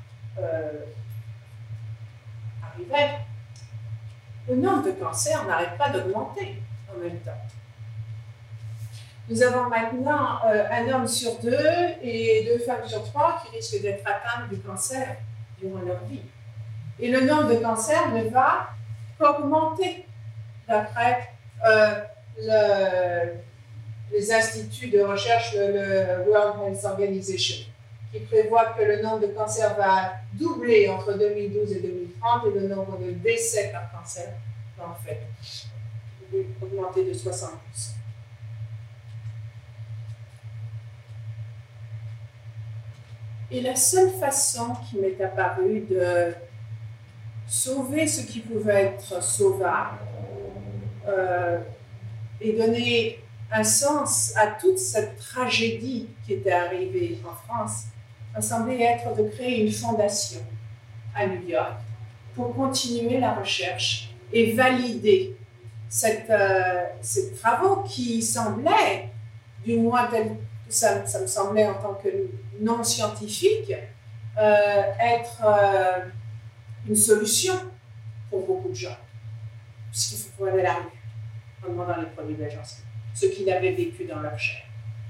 arrivaient, le nombre de cancers n'arrête pas d'augmenter en même temps. Nous avons maintenant un homme sur 2 et 2 femmes sur 3 qui risquent d'être atteintes du cancer durant leur vie. Et le nombre de cancers ne va qu'augmenter, d'après le les instituts de recherche, le World Health Organization, qui prévoit que le nombre de cancers va doubler entre 2012 et 2030 et le nombre de décès par cancer va en fait augmenter de 60%. Et la seule façon qui m'est apparue de sauver ce qui pouvait être sauvable et donner un sens à toute cette tragédie qui était arrivée en France, m'a semblé être de créer une fondation à New York pour continuer la recherche et valider ces travaux qui semblaient, du moins ça me semblait en tant que non-scientifique, être une solution pour beaucoup de gens. Puisqu'il faut aller à la rue en demandant les produits d'agencement, ceux qui l'avaient vécu dans leur chair.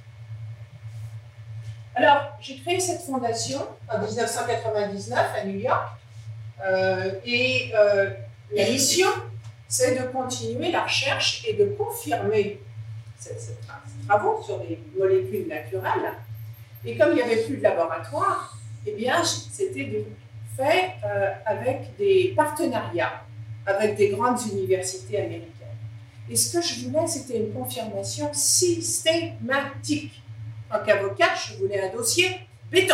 Alors, j'ai créé cette fondation en 1999 à New York, et la mission, c'est de continuer la recherche et de confirmer ces travaux sur des molécules naturelles. Et comme il n'y avait plus de laboratoire, eh bien, c'était fait avec des partenariats avec des grandes universités américaines. Et ce que je voulais, c'était une confirmation systématique. En tant qu'avocat, je voulais un dossier béton.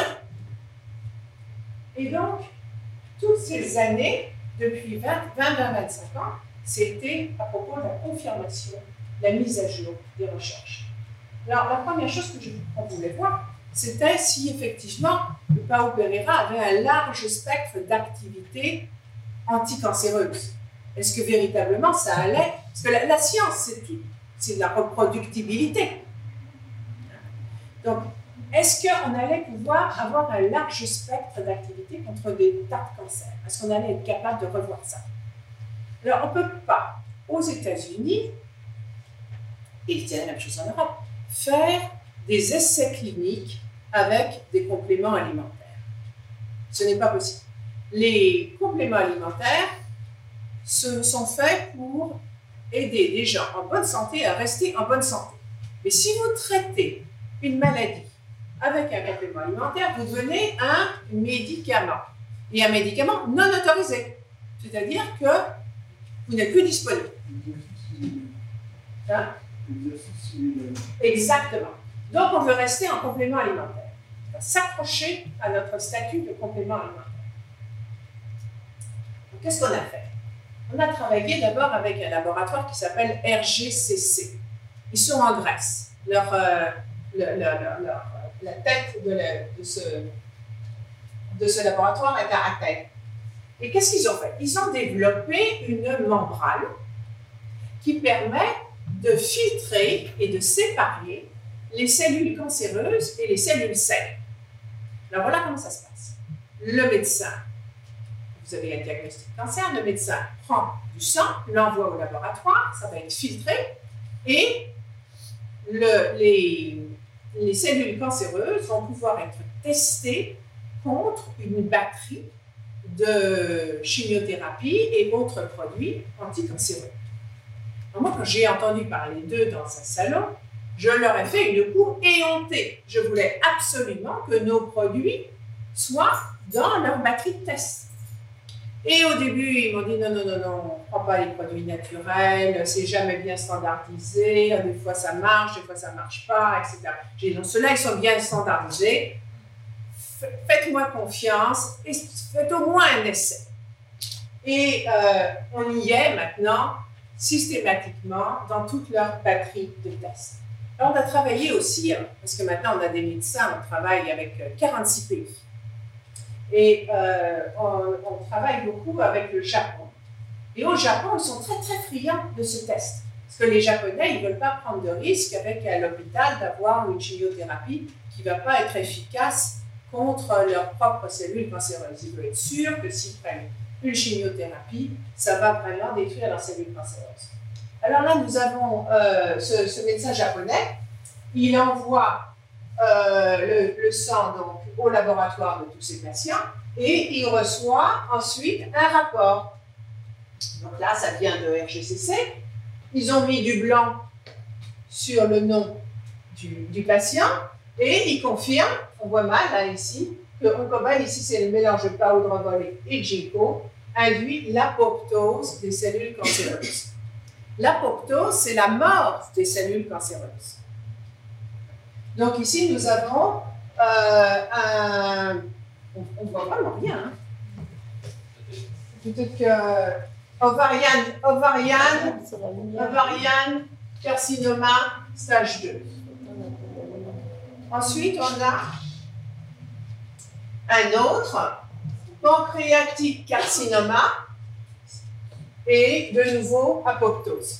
Et donc, toutes ces années, depuis 20-25 ans, c'était à propos de la confirmation, de la mise à jour des recherches. Alors, la première chose qu'on voulait voir, c'était si effectivement le Pao Pereira avait un large spectre d'activités anticancéreuses. Est-ce que véritablement ça allait? Parce que la science, c'est tout, c'est la reproductibilité. Donc, est-ce qu'on allait pouvoir avoir un large spectre d'activités contre des tas de cancers? Est-ce qu'on allait être capable de revoir ça? Alors, on ne peut pas, aux États-Unis, et c'est la même chose en Europe, faire des essais cliniques avec des compléments alimentaires. Ce n'est pas possible. Les compléments alimentaires sont faits pour aider les gens en bonne santé à rester en bonne santé. Mais si vous traitez une maladie avec un complément alimentaire, vous devenez un médicament. Et un médicament non autorisé. C'est-à-dire que vous n'êtes plus disponible. Hein? Exactement. Donc, on veut rester en complément alimentaire. On va s'accrocher à notre statut de complément alimentaire. Donc, qu'est-ce qu'on a fait? On a travaillé d'abord avec un laboratoire qui s'appelle RGCC. Ils sont en Grèce. La tête de ce laboratoire est à Athènes. Et qu'est-ce qu'ils ont fait? Ils ont développé une membrane qui permet de filtrer et de séparer les cellules cancéreuses et les cellules saines. Alors voilà comment ça se passe. Le médecin, vous avez un diagnostic de cancer, le médecin prend du sang, l'envoie au laboratoire, ça va être filtré, et les cellules cancéreuses vont pouvoir être testées contre une batterie de chimiothérapie et autres produits anticancéreux. Alors moi, quand j'ai entendu parler d'eux dans un salon, je leur ai fait une cour éhontée. Je voulais absolument que nos produits soient dans leur batterie de test. Et au début, ils m'ont dit non, on ne prend pas les produits naturels, c'est jamais bien standardisé, des fois ça marche, des fois ça ne marche pas, etc. J'ai dit non, ceux-là, ils sont bien standardisés. Faites-moi confiance et faites au moins un essai. Et on y est maintenant systématiquement dans toute leur batterie de tests. Alors, on a travaillé aussi, parce que maintenant on a des médecins, on travaille avec 46 pays. Et on travaille beaucoup avec le Japon. Et au Japon, ils sont très très friands de ce test. Parce que les Japonais, ils ne veulent pas prendre de risque avec à l'hôpital d'avoir une chimiothérapie qui ne va pas être efficace contre leurs propres cellules cancéreuses. Ils veulent être sûrs que s'ils prennent une chimiothérapie, ça va vraiment détruire leurs cellules cancéreuses. Alors là, nous avons ce médecin japonais. Il envoie le sang donc, au laboratoire de tous ces patients et il reçoit ensuite un rapport. Donc là, ça vient de RGCC. Ils ont mis du blanc sur le nom du patient et il confirme, on voit mal là ici, que Oncoval, ici c'est le mélange de Pao-Drogol et Ginkgo, induit l'apoptose des cellules cancéreuses. L'apoptose, c'est la mort des cellules cancéreuses. Donc ici, nous avons on ne voit vraiment rien. Hein. Peut-être que ovarian carcinoma stage 2. Ensuite, on a un autre, pancréatique carcinoma, et de nouveau apoptose.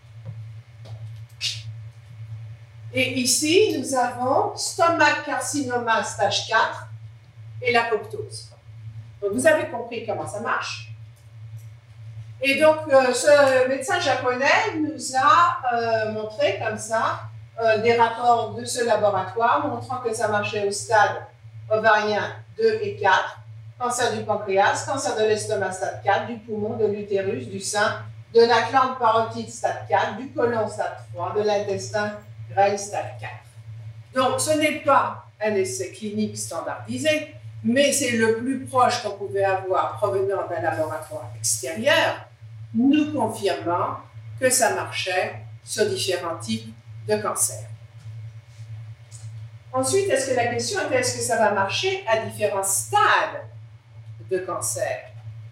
Et ici, nous avons stomach carcinoma stage 4 et l'apoptose. Donc, vous avez compris comment ça marche. Et donc, ce médecin japonais nous a montré comme ça des rapports de ce laboratoire montrant que ça marchait au stade ovarien 2 et 4, cancer du pancréas, cancer de l'estomac stade 4, du poumon, de l'utérus, du sein, de la glande parotide stade 4, du côlon stade 3, de l'intestin grêle stade 4. Donc, ce n'est pas un essai clinique standardisé, mais c'est le plus proche qu'on pouvait avoir provenant d'un laboratoire extérieur, nous confirmant que ça marchait sur différents types de cancers. Ensuite, est-ce que la question était est-ce que ça va marcher à différents stades de cancer?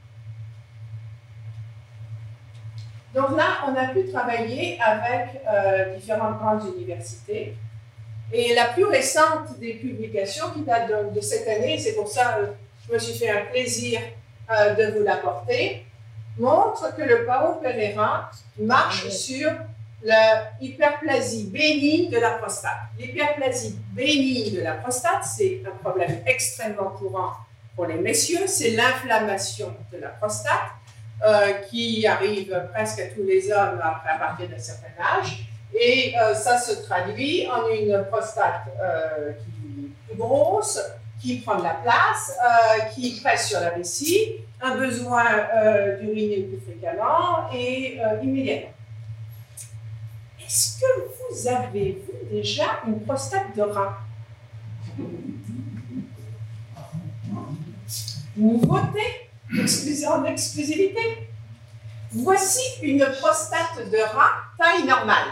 Donc là, on a pu travailler avec différentes grandes universités. Et la plus récente des publications, qui date de cette année, c'est pour ça que je me suis fait un plaisir de vous l'apporter, montre que le Pao Pereira marche sur l'hyperplasie bénigne de la prostate. L'hyperplasie bénigne de la prostate, c'est un problème extrêmement courant pour les messieurs, c'est l'inflammation de la prostate qui arrive presque à tous les hommes à partir d'un certain âge. Et ça se traduit en une prostate qui est plus grosse, qui prend de la place, qui presse sur la vessie, un besoin d'uriner plus fréquemment et immédiatement. Est-ce que vous avez vu déjà une prostate de rat? Nouveauté, en exclusivité. Voici une prostate de rat taille normale.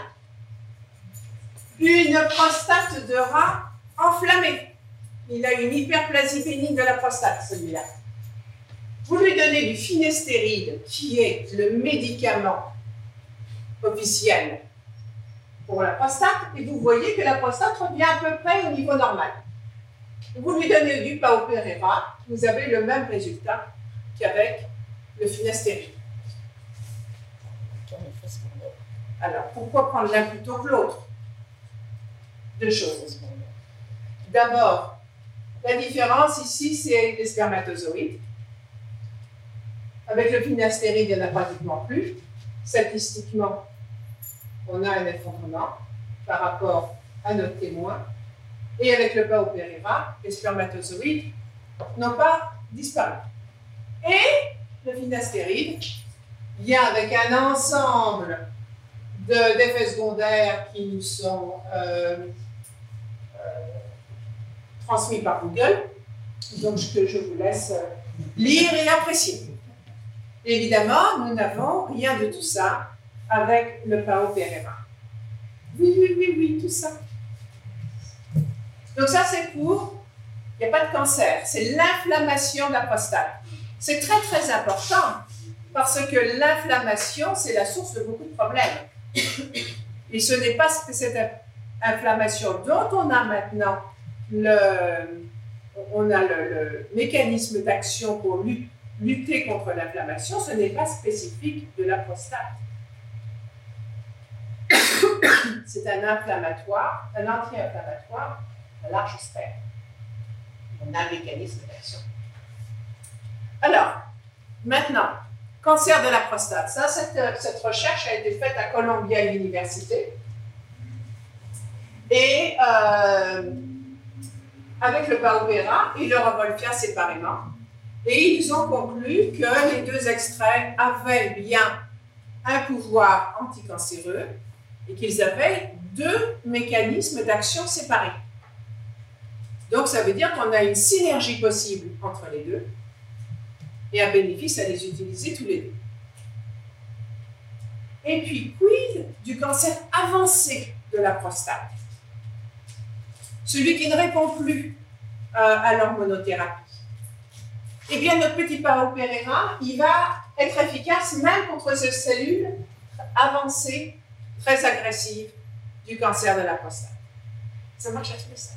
Une prostate de rat enflammée. Il a une hyperplasie bénigne de la prostate, celui-là. Vous lui donnez du finestéride, qui est le médicament officiel pour la prostate, et vous voyez que la prostate revient à peu près au niveau normal. Vous lui donnez du Pao Pereira, vous avez le même résultat qu'avec le finestéride. Alors, pourquoi prendre l'un plutôt que l'autre? Deux choses. D'abord, la différence ici, c'est les spermatozoïdes. Avec le finestéride, il n'y en a pratiquement plus. Statistiquement, on a un effondrement par rapport à notre témoin. Et avec le Pao Pereira, les spermatozoïdes n'ont pas disparu. Et le finestéride vient avec un ensemble d'effets secondaires qui nous sont transmis par Google, donc que je vous laisse lire et apprécier. Évidemment, nous n'avons rien de tout ça avec le Pao Pereira. Oui, tout ça. Donc ça, c'est pour, il n'y a pas de cancer, c'est l'inflammation de la prostate. C'est très, très important, parce que l'inflammation, c'est la source de beaucoup de problèmes. Et ce n'est pas cette inflammation dont on a maintenant le mécanisme d'action pour lutter contre l'inflammation, ce n'est pas spécifique de la prostate. C'est un inflammatoire, un anti-inflammatoire à large spectre. On a un mécanisme d'action. Alors, maintenant, cancer de la prostate. Ça, cette recherche a été faite à Columbia University. Et avec le Pao Pereira et le Revolfia séparément. Et ils ont conclu que les deux extraits avaient bien un pouvoir anticancéreux et qu'ils avaient deux mécanismes d'action séparés. Donc, ça veut dire qu'on a une synergie possible entre les deux et un bénéfice à les utiliser tous les deux. Et puis, quid du cancer avancé de la prostate? Celui qui ne répond plus à l'hormonothérapie. Eh bien, notre petit Pao Pereira, il va être efficace même contre ces cellules avancées, très agressives du cancer de la prostate. Ça marche à tout ça.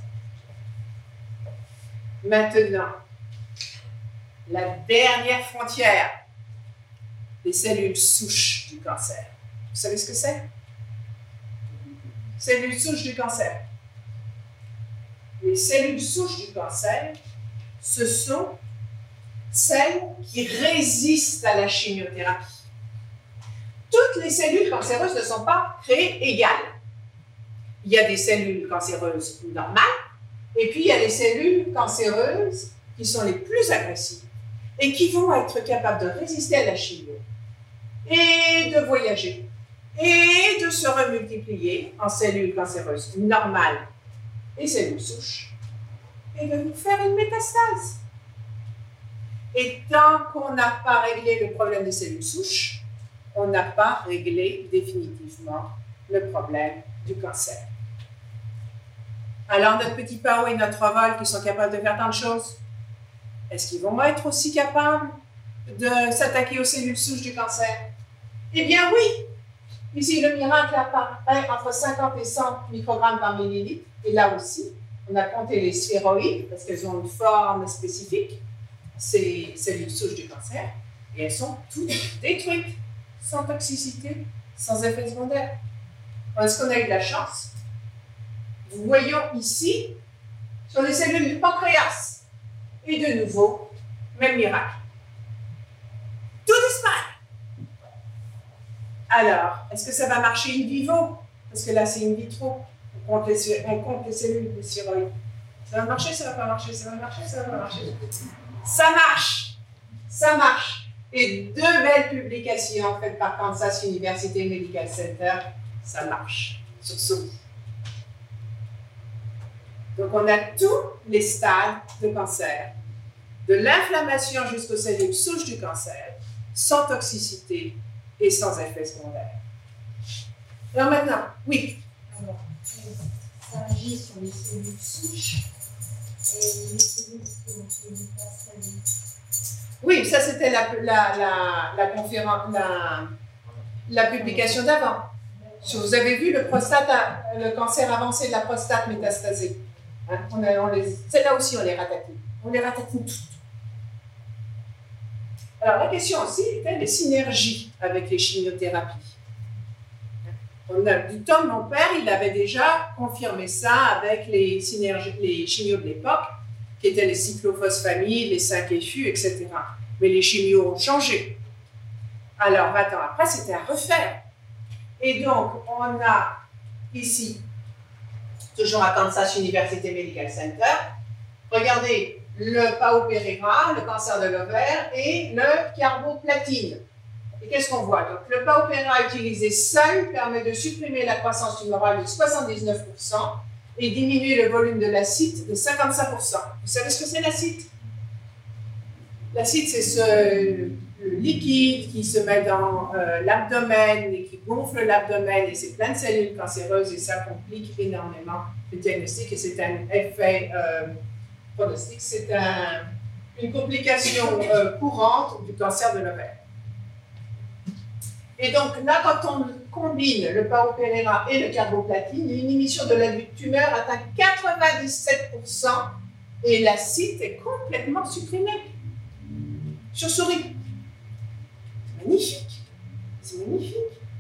Maintenant, la dernière frontière, les cellules souches du cancer. Vous savez ce que c'est? Cellules souches du cancer. Les cellules souches du cancer, ce sont celles qui résistent à la chimiothérapie. Toutes les cellules cancéreuses ne sont pas créées égales. Il y a des cellules cancéreuses normales, et puis il y a les cellules cancéreuses qui sont les plus agressives et qui vont être capables de résister à la chimio et de voyager et de se remultiplier en cellules cancéreuses normales et cellules souches et de nous faire une métastase. Et tant qu'on n'a pas réglé le problème des cellules souches, on n'a pas réglé définitivement le problème du cancer. Alors, notre petit Pao et notre ovale qui sont capables de faire tant de choses, est-ce qu'ils vont être aussi capables de s'attaquer aux cellules souches du cancer? Eh bien oui! Ici, le miracle apparaît entre 50 et 100 microgrammes par millilitre. Et là aussi, on a compté les sphéroïdes parce qu'elles ont une forme spécifique, ces cellules souches du cancer, et elles sont toutes détruites, sans toxicité, sans effet secondaire. Est-ce qu'on a eu de la chance? Nous voyons ici, sur les cellules du pancréas. Et de nouveau, même miracle. Tout disparaît. Alors, est-ce que ça va marcher in vivo? Parce que là, c'est in vitro. On compte les cellules, les sphéroïdes. Ça va marcher, ça va pas marcher, ça va marcher, ça va pas marcher. Ça marche. Ça marche. Et deux belles publications faites par Kansas University Medical Center, ça marche sur souris. Donc, on a tous les stades de cancer, de l'inflammation jusqu'aux cellules souches du cancer, sans toxicité et sans effet secondaire. Alors maintenant, oui. Alors, ça agit sur les cellules souches et les cellules qui ont été métastasées. Oui, ça c'était la conférence, la publication d'avant. Vous avez vu le cancer avancé de la prostate métastasée. Hein, celle-là aussi, on les ratatine. On les ratatine toutes. Alors, la question aussi était des synergies avec les chimiothérapies. Du temps de mon père, il avait déjà confirmé ça avec les chimios de l'époque, qui étaient les cyclophosphamide, les 5-FU, etc. Mais les chimios ont changé. Alors, 20 ans après, c'était à refaire. Et donc, on a ici, toujours à Kansas University Medical Center, regardez le Pao Pereira, le cancer de l'ovaire, et le carboplatine. Et qu'est-ce qu'on voit? Donc, le Pao Pereira utilisé seul permet de supprimer la croissance tumorale de 79% et diminuer le volume de l'acide de 55%. Vous savez ce que c'est l'acide? L'acide, c'est ce liquide qui se met dans l'abdomen et qui gonfle l'abdomen, et c'est plein de cellules cancéreuses, et ça complique énormément le diagnostic, et c'est un effet pronostic, c'est une complication courante du cancer de l'ovaire. Et donc là, quand on combine le Pao Pereira et le carboplatine, l'inhibition de la tumeur atteint 97% et l'acide est complètement supprimé sur souris. C'est magnifique. C'est magnifique.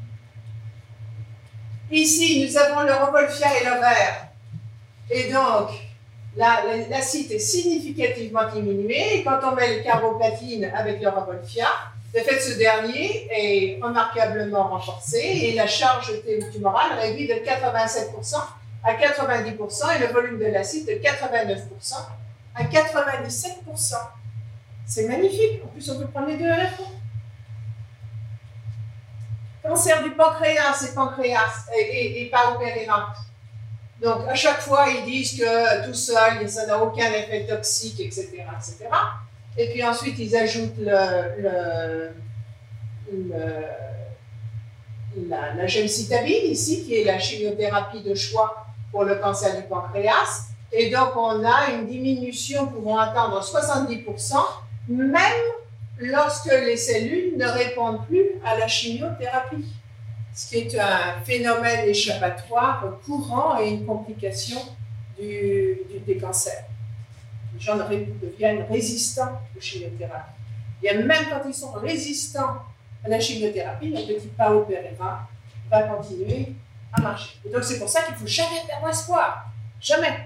Ici, nous avons le Revolfia et l'ovaire. Et donc, l'acide est significativement diminué. Et quand on met le carboplatine avec le Revolfia, de fait, ce dernier est remarquablement renforcé et la charge tumorale réduit de 87% à 90% et le volume de l'acide de 89% à 97%. C'est magnifique. En plus, on peut prendre les deux à la fois. Cancer du pancréas et pas opérera. Donc, à chaque fois, ils disent que tout seul, ça n'a aucun effet toxique, etc., etc. Et puis ensuite, ils ajoutent la gemcitabine ici, qui est la chimiothérapie de choix pour le cancer du pancréas. Et donc, on a une diminution pouvant atteindre 70%, même lorsque les cellules ne répondent plus à la chimiothérapie, ce qui est un phénomène échappatoire courant et une complication des cancers. Les gens deviennent résistants aux chimiothérapies. Et même quand ils sont résistants à la chimiothérapie, le petit Pao-Pereira va continuer à marcher. Et donc c'est pour ça qu'il ne faut jamais perdre espoir. Jamais.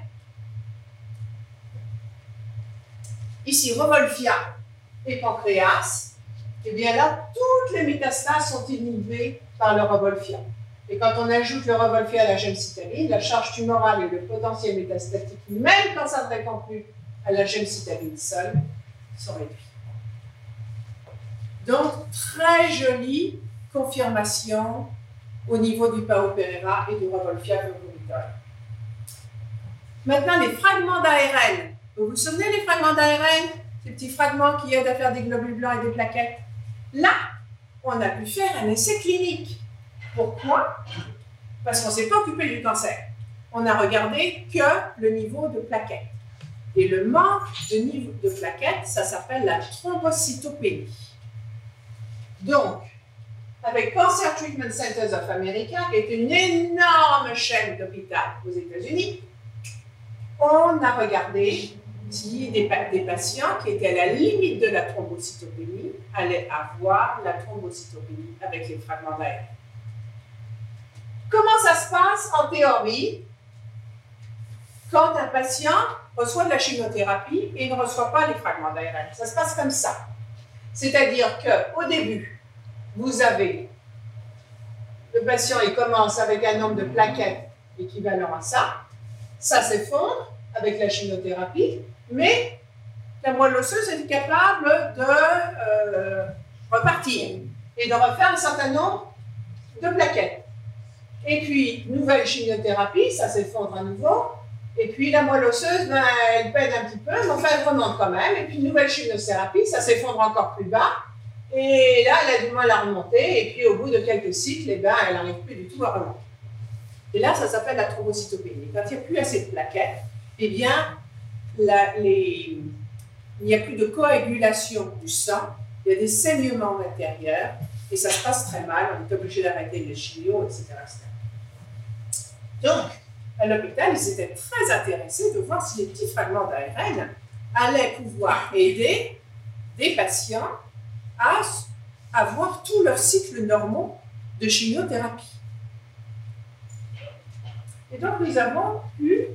Ici, Revolfia et pancréas, et bien là, toutes les métastases sont inhibées par le Revolfia. Et quand on ajoute le Revolfia à la gemcitabine, la charge tumorale et le potentiel métastatique, même quand ça ne répond plus à la gemcitabine seule, sont réduits. Donc, très jolie confirmation au niveau du Pao-Pereira et du Revolfia fluoritol. Maintenant, les fragments d'ARN. Vous vous souvenez des fragments d'ARN? Ces petits fragments qui aident à faire des globules blancs et des plaquettes. Là, on a pu faire un essai clinique. Pourquoi? Parce qu'on ne s'est pas occupé du cancer. On n'a regardé que le niveau de plaquettes. Et le manque de niveau de plaquettes, ça s'appelle la thrombocytopénie. Donc, avec Cancer Treatment Centers of America, qui est une énorme chaîne d'hôpitaux aux États-Unis, on a regardé si des patients qui étaient à la limite de la thrombocytopénie allaient avoir la thrombocytopénie avec les fragments d'ARN. Comment ça se passe en théorie quand un patient reçoit de la chimiothérapie et ne reçoit pas les fragments d'ARN? Ça se passe comme ça. C'est-à-dire qu'au début, vous avez le patient, il commence avec un nombre de plaquettes équivalent à ça. Ça s'effondre avec la chimiothérapie, mais la moelle osseuse est capable de repartir et de refaire un certain nombre de plaquettes. Et puis, nouvelle chimiothérapie, ça s'effondre à nouveau. Et puis, la moelle osseuse, ben, elle pète un petit peu, mais enfin, elle remonte quand même. Et puis, nouvelle chimiothérapie, ça s'effondre encore plus bas. Et là, elle a du mal à remonter. Et puis, au bout de quelques cycles, eh ben, elle n'arrive plus du tout à remonter. Et là, ça s'appelle la thrombocytopénie. Quand il n'y a plus assez de plaquettes, eh bien, il n'y a plus de coagulation du sang, il y a des saignements intérieurs, et ça se passe très mal, on est obligé d'arrêter les chimios, etc., etc. Donc, à l'hôpital, ils étaient très intéressés de voir si les petits fragments d'ARN allaient pouvoir aider des patients à avoir tous leurs cycles normaux de chimiothérapie. Et donc, nous avons eu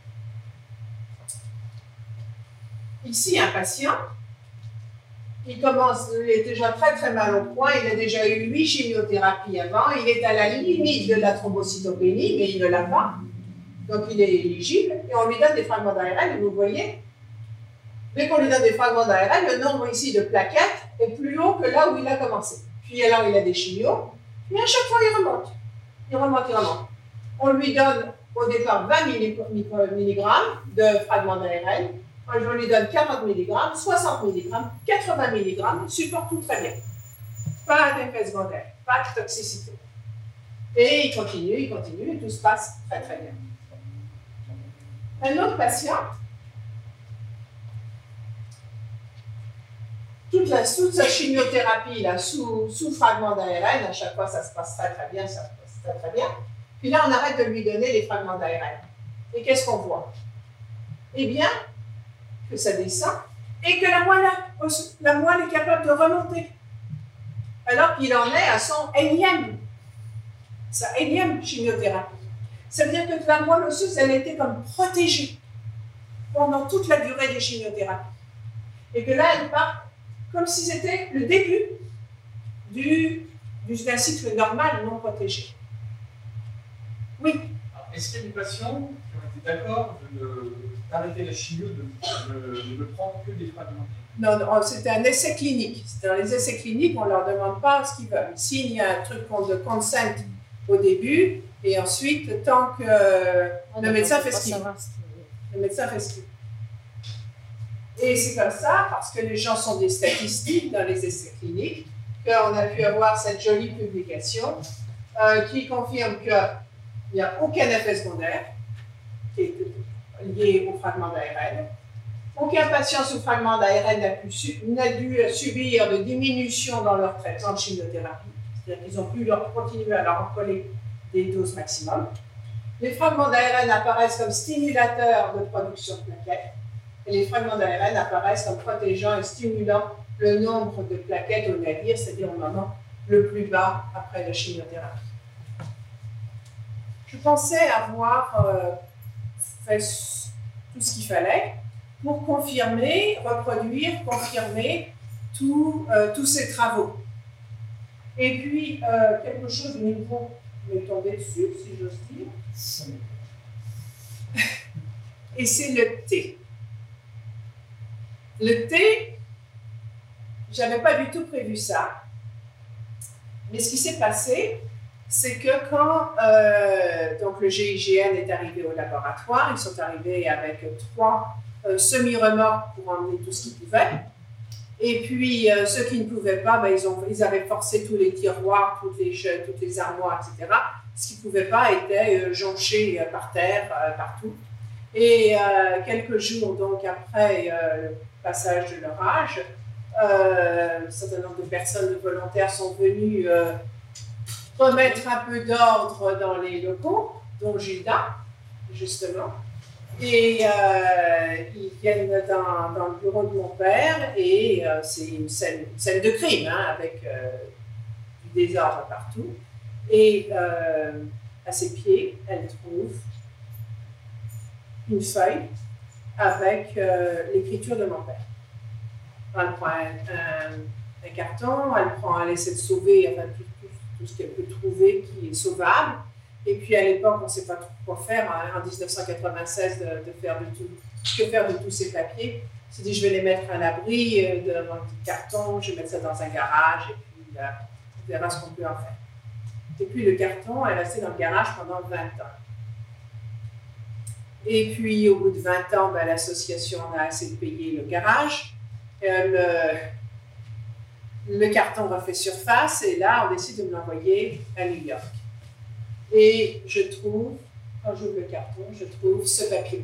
ici un patient. Il est déjà très très mal au point, il a déjà eu 8 chimiothérapies avant, il est à la limite de la thrombocytopénie, mais il ne l'a pas. Donc, il est éligible et on lui donne des fragments d'ARN, et vous voyez, dès qu'on lui donne des fragments d'ARN, le nombre ici de plaquettes est plus haut que là où il a commencé. Puis alors, il a des chimios, mais à chaque fois, il remonte. Il remonte, il remonte. On lui donne au départ 20 mg de fragments d'ARN, on lui donne 40 mg, 60 mg, 80 mg, il supporte tout très bien. Pas d'effet secondaire, pas de toxicité. Et il continue, et tout se passe très très bien. Un autre patient, toute sa chimiothérapie là, sous fragment d'ARN, à chaque fois ça se passe très très bien, ça se passe très très bien. Puis là on arrête de lui donner les fragments d'ARN. Et qu'est-ce qu'on voit? Eh bien, que ça descend et que la moelle est capable de remonter. Alors qu'il en est à sa énième chimiothérapie. Ça veut dire que la moelle osseuse, elle était comme protégée pendant toute la durée des chimiothérapies. Et que là, elle part comme si c'était le début d'un cycle normal non protégé. Oui. est-ce qu'il y a des patients qui ont été d'accord d'arrêter la chimio, de ne prendre que des fragments? Non, non, c'était un essai clinique. Dans les essais cliniques, on ne leur demande pas ce qu'ils veulent. Ils signent un truc de consent au début, et ensuite, tant que le médecin fait ce qu'il veut. Le médecin fait ce qu'il veut. Et c'est comme ça, parce que les gens sont des statistiques dans les essais cliniques, qu'on a pu avoir cette jolie publication qui confirme qu'il n'y a aucun effet secondaire qui est lié au fragment d'ARN. Aucun patient sous fragment d'ARN n'a dû subir de diminution dans leur traitement de chimiothérapie. C'est-à-dire qu'ils ont pu continuer à leur coller des doses maximum. Les fragments d'ARN apparaissent comme stimulateurs de production de plaquettes. Et les fragments d'ARN apparaissent comme protégeant et stimulant le nombre de plaquettes au navire, c'est-à-dire au moment le plus bas après la chimiothérapie. Je pensais avoir fait tout ce qu'il fallait pour confirmer, reproduire, confirmer tous ces travaux. Et puis, quelque chose de nouveau m'est tombé dessus, si j'ose dire. Et c'est le thé. Le thé, je n'avais pas du tout prévu ça. Mais ce qui s'est passé, c'est que quand donc le GIGN est arrivé au laboratoire, ils sont arrivés avec 3 semi-remorques pour emmener tout ce qu'ils pouvaient. Et puis, ceux qui ne pouvaient pas, ben, ils avaient forcé tous les tiroirs, toutes les armoires, etc. Ce qui ne pouvait pas était jonché par terre, partout. Et quelques jours donc après le passage de l'orage, un certain nombre de personnes volontaires sont venues remettre un peu d'ordre dans les locaux, dont Gilda, justement. Et ils viennent dans le bureau de mon père et c'est une scène de crime, hein, avec du désordre partout. Et à ses pieds, elle trouve une feuille avec l'écriture de mon père. Elle prend un carton, elle essaie de sauver enfin, tout ce qu'elle peut trouver qui est sauvable. Et puis à l'époque, on ne sait pas trop quoi faire, hein, en 1996, que faire de tous ces papiers. Elle s'est dit, je vais les mettre à l'abri dans un carton, je vais mettre ça dans un garage, et puis on verra ce qu'on peut en faire. Et puis le carton est resté dans le garage pendant 20 ans. Et puis au bout de 20 ans, ben, l'association a assez de payer le garage. Le carton refait surface, et là, on décide de me l'envoyer à New York. Et je trouve, quand j'ouvre le carton, je trouve ce papier.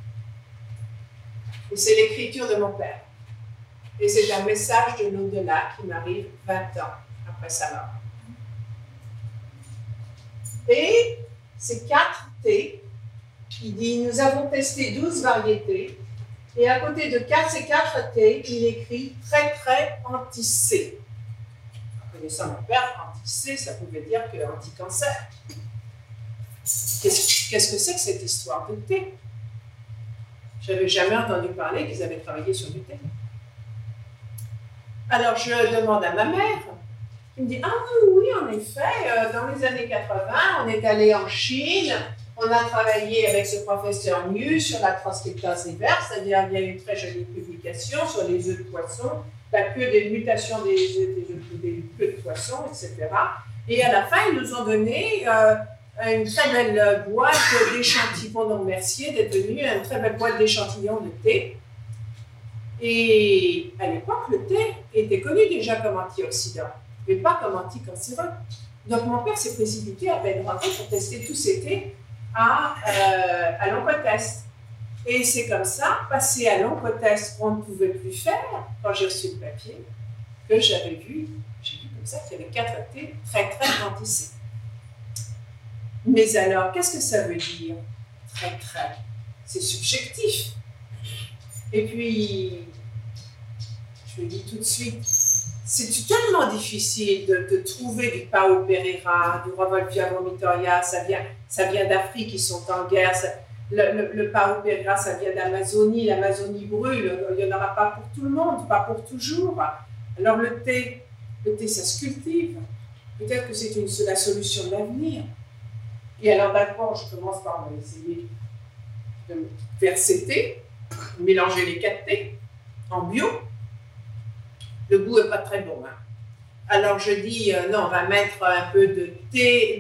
Et c'est l'écriture de mon père. Et c'est un message de l'au-delà qui m'arrive 20 ans après sa mort. Et c'est 4 thés. Il dit, nous avons testé 12 variétés. Et à côté de ces 4 thés, il écrit très, très anti-C. En connaissant mon père, anti-C, ça pouvait dire que anti-cancer. Qu'est-ce que c'est que cette histoire de thé? Je n'avais jamais entendu parler qu'ils avaient travaillé sur du thé. Alors je demande à ma mère, qui me dit, ah oui, en effet, dans les années 80, on est allé en Chine, on a travaillé avec ce professeur Niu sur la transcriptase reverse, c'est-à-dire il y a eu une très jolie publication sur les œufs de poisson, la queue des mutations des queues de poisson, etc. Et à la fin, ils nous ont donné une très belle boîte d'échantillons. Donc, merci d'être venu, une très belle boîte d'échantillons de thé. Et à l'époque, le thé était connu déjà comme antioxydant, mais pas comme anticancéreux. Donc, mon père s'est précipité à Ben Bravo pour tester tous ces thés à l'oncotest. Et c'est comme ça, passé à l'oncotest qu'on ne pouvait plus faire, quand j'ai reçu le papier, que j'ai vu comme ça qu'il y avait 4 thés très, très anti-C. Mais alors, qu'est-ce que ça veut dire? Très, très. C'est subjectif. Et puis, je le dis tout de suite, c'est tellement difficile de trouver du Pao Pereira, du Revolvia vomitoria, ça vient d'Afrique, ils sont en guerre. Le Pao Pereira, ça vient d'Amazonie, l'Amazonie brûle, il n'y en aura pas pour tout le monde, pas pour toujours. Alors le thé, ça se cultive. Peut-être que c'est la solution de l'avenir. Et alors d'abord, je commence par essayer de faire ces thés, mélanger les 4 thés en bio. Le goût n'est pas très bon. Hein. Alors je dis, non, on va mettre un peu de thé,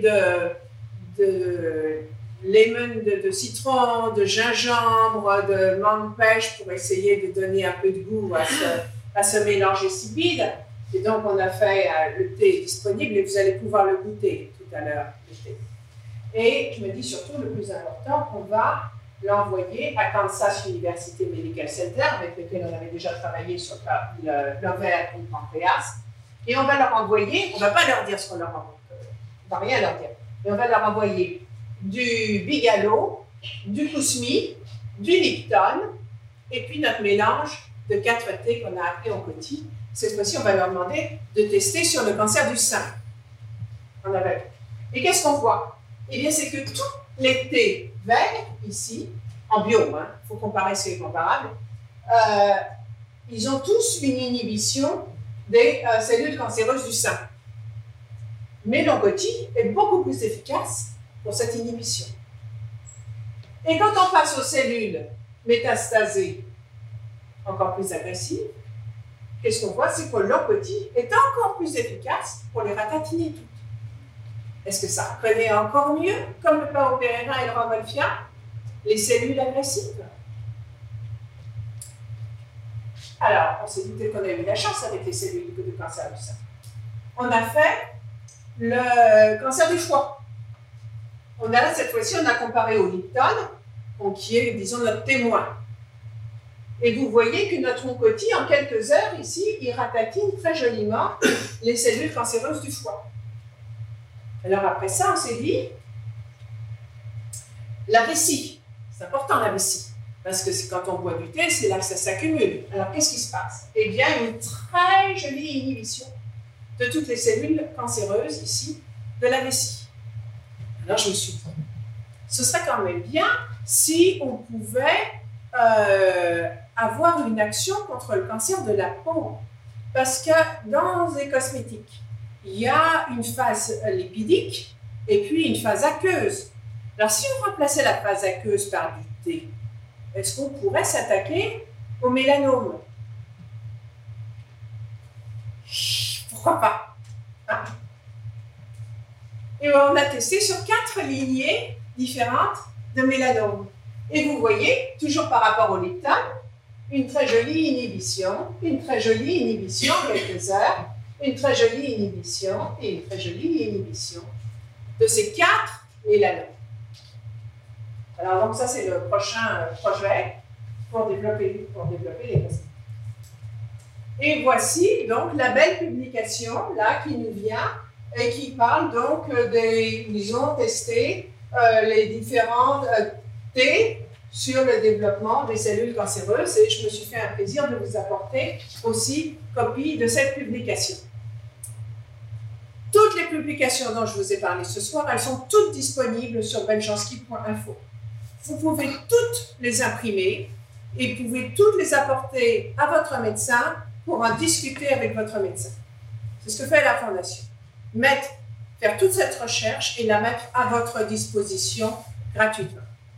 de lemon, de citron, de gingembre, de mangue pêche pour essayer de donner un peu de goût à ce mélange insipide. Et donc on a fait le thé disponible et vous allez pouvoir le goûter tout à l'heure, le thé. Et je me dis surtout, le plus important, on va l'envoyer à Kansas University Medical Center, avec lequel on avait déjà travaillé sur l'ovaire et le pancréas. Et on va leur envoyer, on ne va pas leur dire ce qu'on leur envoie, on ne va rien leur dire, mais on va leur envoyer du Bigalo, du Kousmi, du Lipton, et puis notre mélange de 4 thés qu'on a appris en Coty. Cette fois-ci, on va leur demander de tester sur le cancer du sein. En aveugle. Et qu'est-ce qu'on voit? Eh bien, c'est que tous les thés verts, ici, en bio, il faut comparer, c'est comparable, ils ont tous une inhibition des cellules cancéreuses du sein. Mais l'Oncoty est beaucoup plus efficace pour cette inhibition. Et quand on passe aux cellules métastasées encore plus agressives, qu'est-ce qu'on voit? C'est que l'Oncoty est encore plus efficace pour les ratatiner toutes. Est-ce que ça reconnaît encore mieux, comme le Pao-Pereira et le Ramolfia, les cellules agressives? Alors, on s'est douté qu'on a eu la chance avec les cellules de cancer du sein. On a fait le cancer du foie. Cette fois-ci, on a comparé au Lipton, qui est, disons, notre témoin. Et vous voyez que notre Oncoty, en quelques heures, ici, il ratatine très joliment les cellules cancéreuses du foie. Alors après ça, on s'est dit, la vessie, c'est important la vessie, parce que quand on boit du thé, c'est là que ça s'accumule. Alors qu'est-ce qui se passe? Eh bien, une très jolie inhibition de toutes les cellules cancéreuses ici, de la vessie. Alors je me suis dit, ce serait quand même bien si on pouvait avoir une action contre le cancer de la peau. Parce que dans les cosmétiques, il y a une phase lipidique et puis une phase aqueuse. Alors, si on remplaçait la phase aqueuse par du thé, est-ce qu'on pourrait s'attaquer au mélanome? Pourquoi pas? Hein? Et on a testé sur 4 lignées différentes de mélanome. Et vous voyez, toujours par rapport au Lipton, une très jolie inhibition en quelques heures, une très jolie inhibition et une très jolie inhibition de ces 4 mélanomes. Alors donc ça c'est le prochain projet pour développer les cosmétiques. Et voici donc la belle publication là qui nous vient et qui parle donc ils ont testé les différents thés sur le développement des cellules cancéreuses et je me suis fait un plaisir de vous apporter aussi copie de cette publication. Toutes les publications dont je vous ai parlé ce soir, elles sont toutes disponibles sur benjanski.info. Vous pouvez toutes les imprimer et vous pouvez toutes les apporter à votre médecin pour en discuter avec votre médecin. C'est ce que fait la Fondation. Faire toute cette recherche et la mettre à votre disposition gratuitement.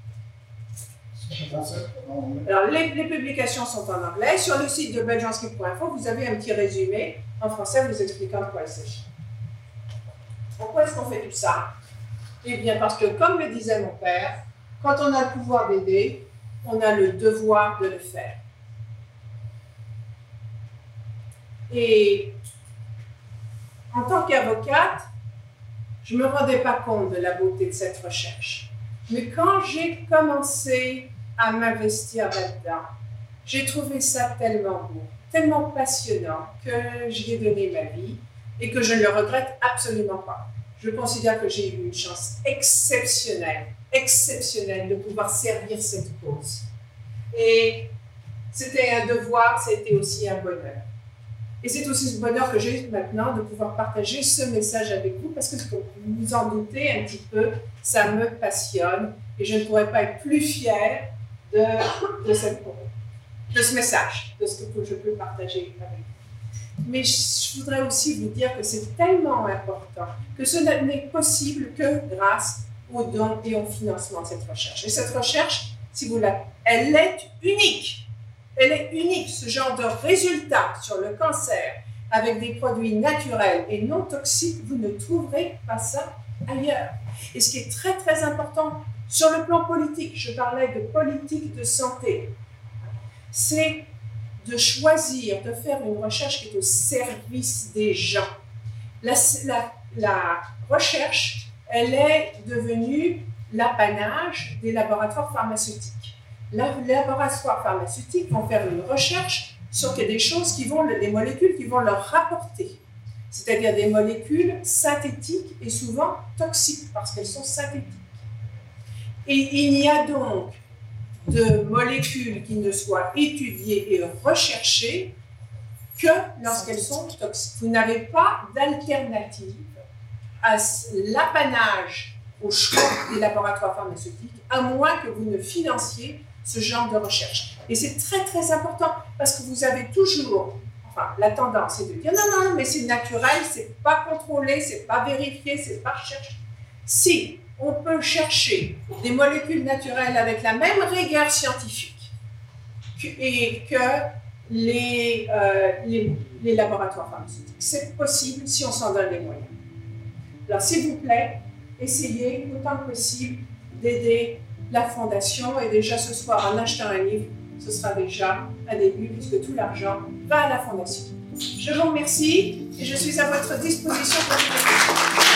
Alors, les publications sont en anglais. Sur le site de benjanski.info, vous avez un petit résumé en français vous expliquant de quoi il s'agit. Pourquoi est-ce qu'on fait tout ça? Eh bien, parce que, comme le disait mon père, quand on a le pouvoir d'aider, on a le devoir de le faire. Et en tant qu'avocate, je ne me rendais pas compte de la beauté de cette recherche. Mais quand j'ai commencé à m'investir là-dedans, j'ai trouvé ça tellement beau, tellement passionnant que j'y ai donné ma vie et que je ne le regrette absolument pas. Je considère que j'ai eu une chance exceptionnelle de pouvoir servir cette cause. Et c'était un devoir, c'était aussi un bonheur. Et c'est aussi ce bonheur que j'ai maintenant de pouvoir partager ce message avec vous parce que, comme vous vous en doutez un petit peu, ça me passionne et je ne pourrais pas être plus fière de ce message, de ce que je peux partager avec vous. Mais je voudrais aussi vous dire que c'est tellement important que ce n'est possible que grâce au don et au financement de cette recherche. Et cette recherche, elle est unique. Elle est unique, ce genre de résultat sur le cancer avec des produits naturels et non toxiques, vous ne trouverez pas ça ailleurs. Et ce qui est très très important sur le plan politique, je parlais de politique de santé, c'est de choisir de faire une recherche qui est au service des gens. La recherche, elle est devenue l'apanage des laboratoires pharmaceutiques. Les laboratoires pharmaceutiques vont faire une recherche sur des choses des molécules qui vont leur rapporter, c'est-à-dire des molécules synthétiques et souvent toxiques parce qu'elles sont synthétiques. Et il n'y a donc de molécules qui ne soient étudiées et recherchées que lorsqu'elles sont toxiques. Vous n'avez pas d'alternative à l'apanage au choix des laboratoires pharmaceutiques, à moins que vous ne financiez ce genre de recherche. Et c'est très très important parce que vous avez toujours, la tendance est de dire non, mais c'est naturel, c'est pas contrôlé, c'est pas vérifié, c'est pas recherché. Si on peut chercher des molécules naturelles avec la même rigueur scientifique et que les laboratoires pharmaceutiques, c'est possible si on s'en donne les moyens. Alors s'il vous plaît, essayez autant que possible d'aider la Fondation, et déjà ce soir en achetant un livre, ce sera déjà un début puisque tout l'argent va à la Fondation. Je vous remercie et je suis à votre disposition pour toutes les questions.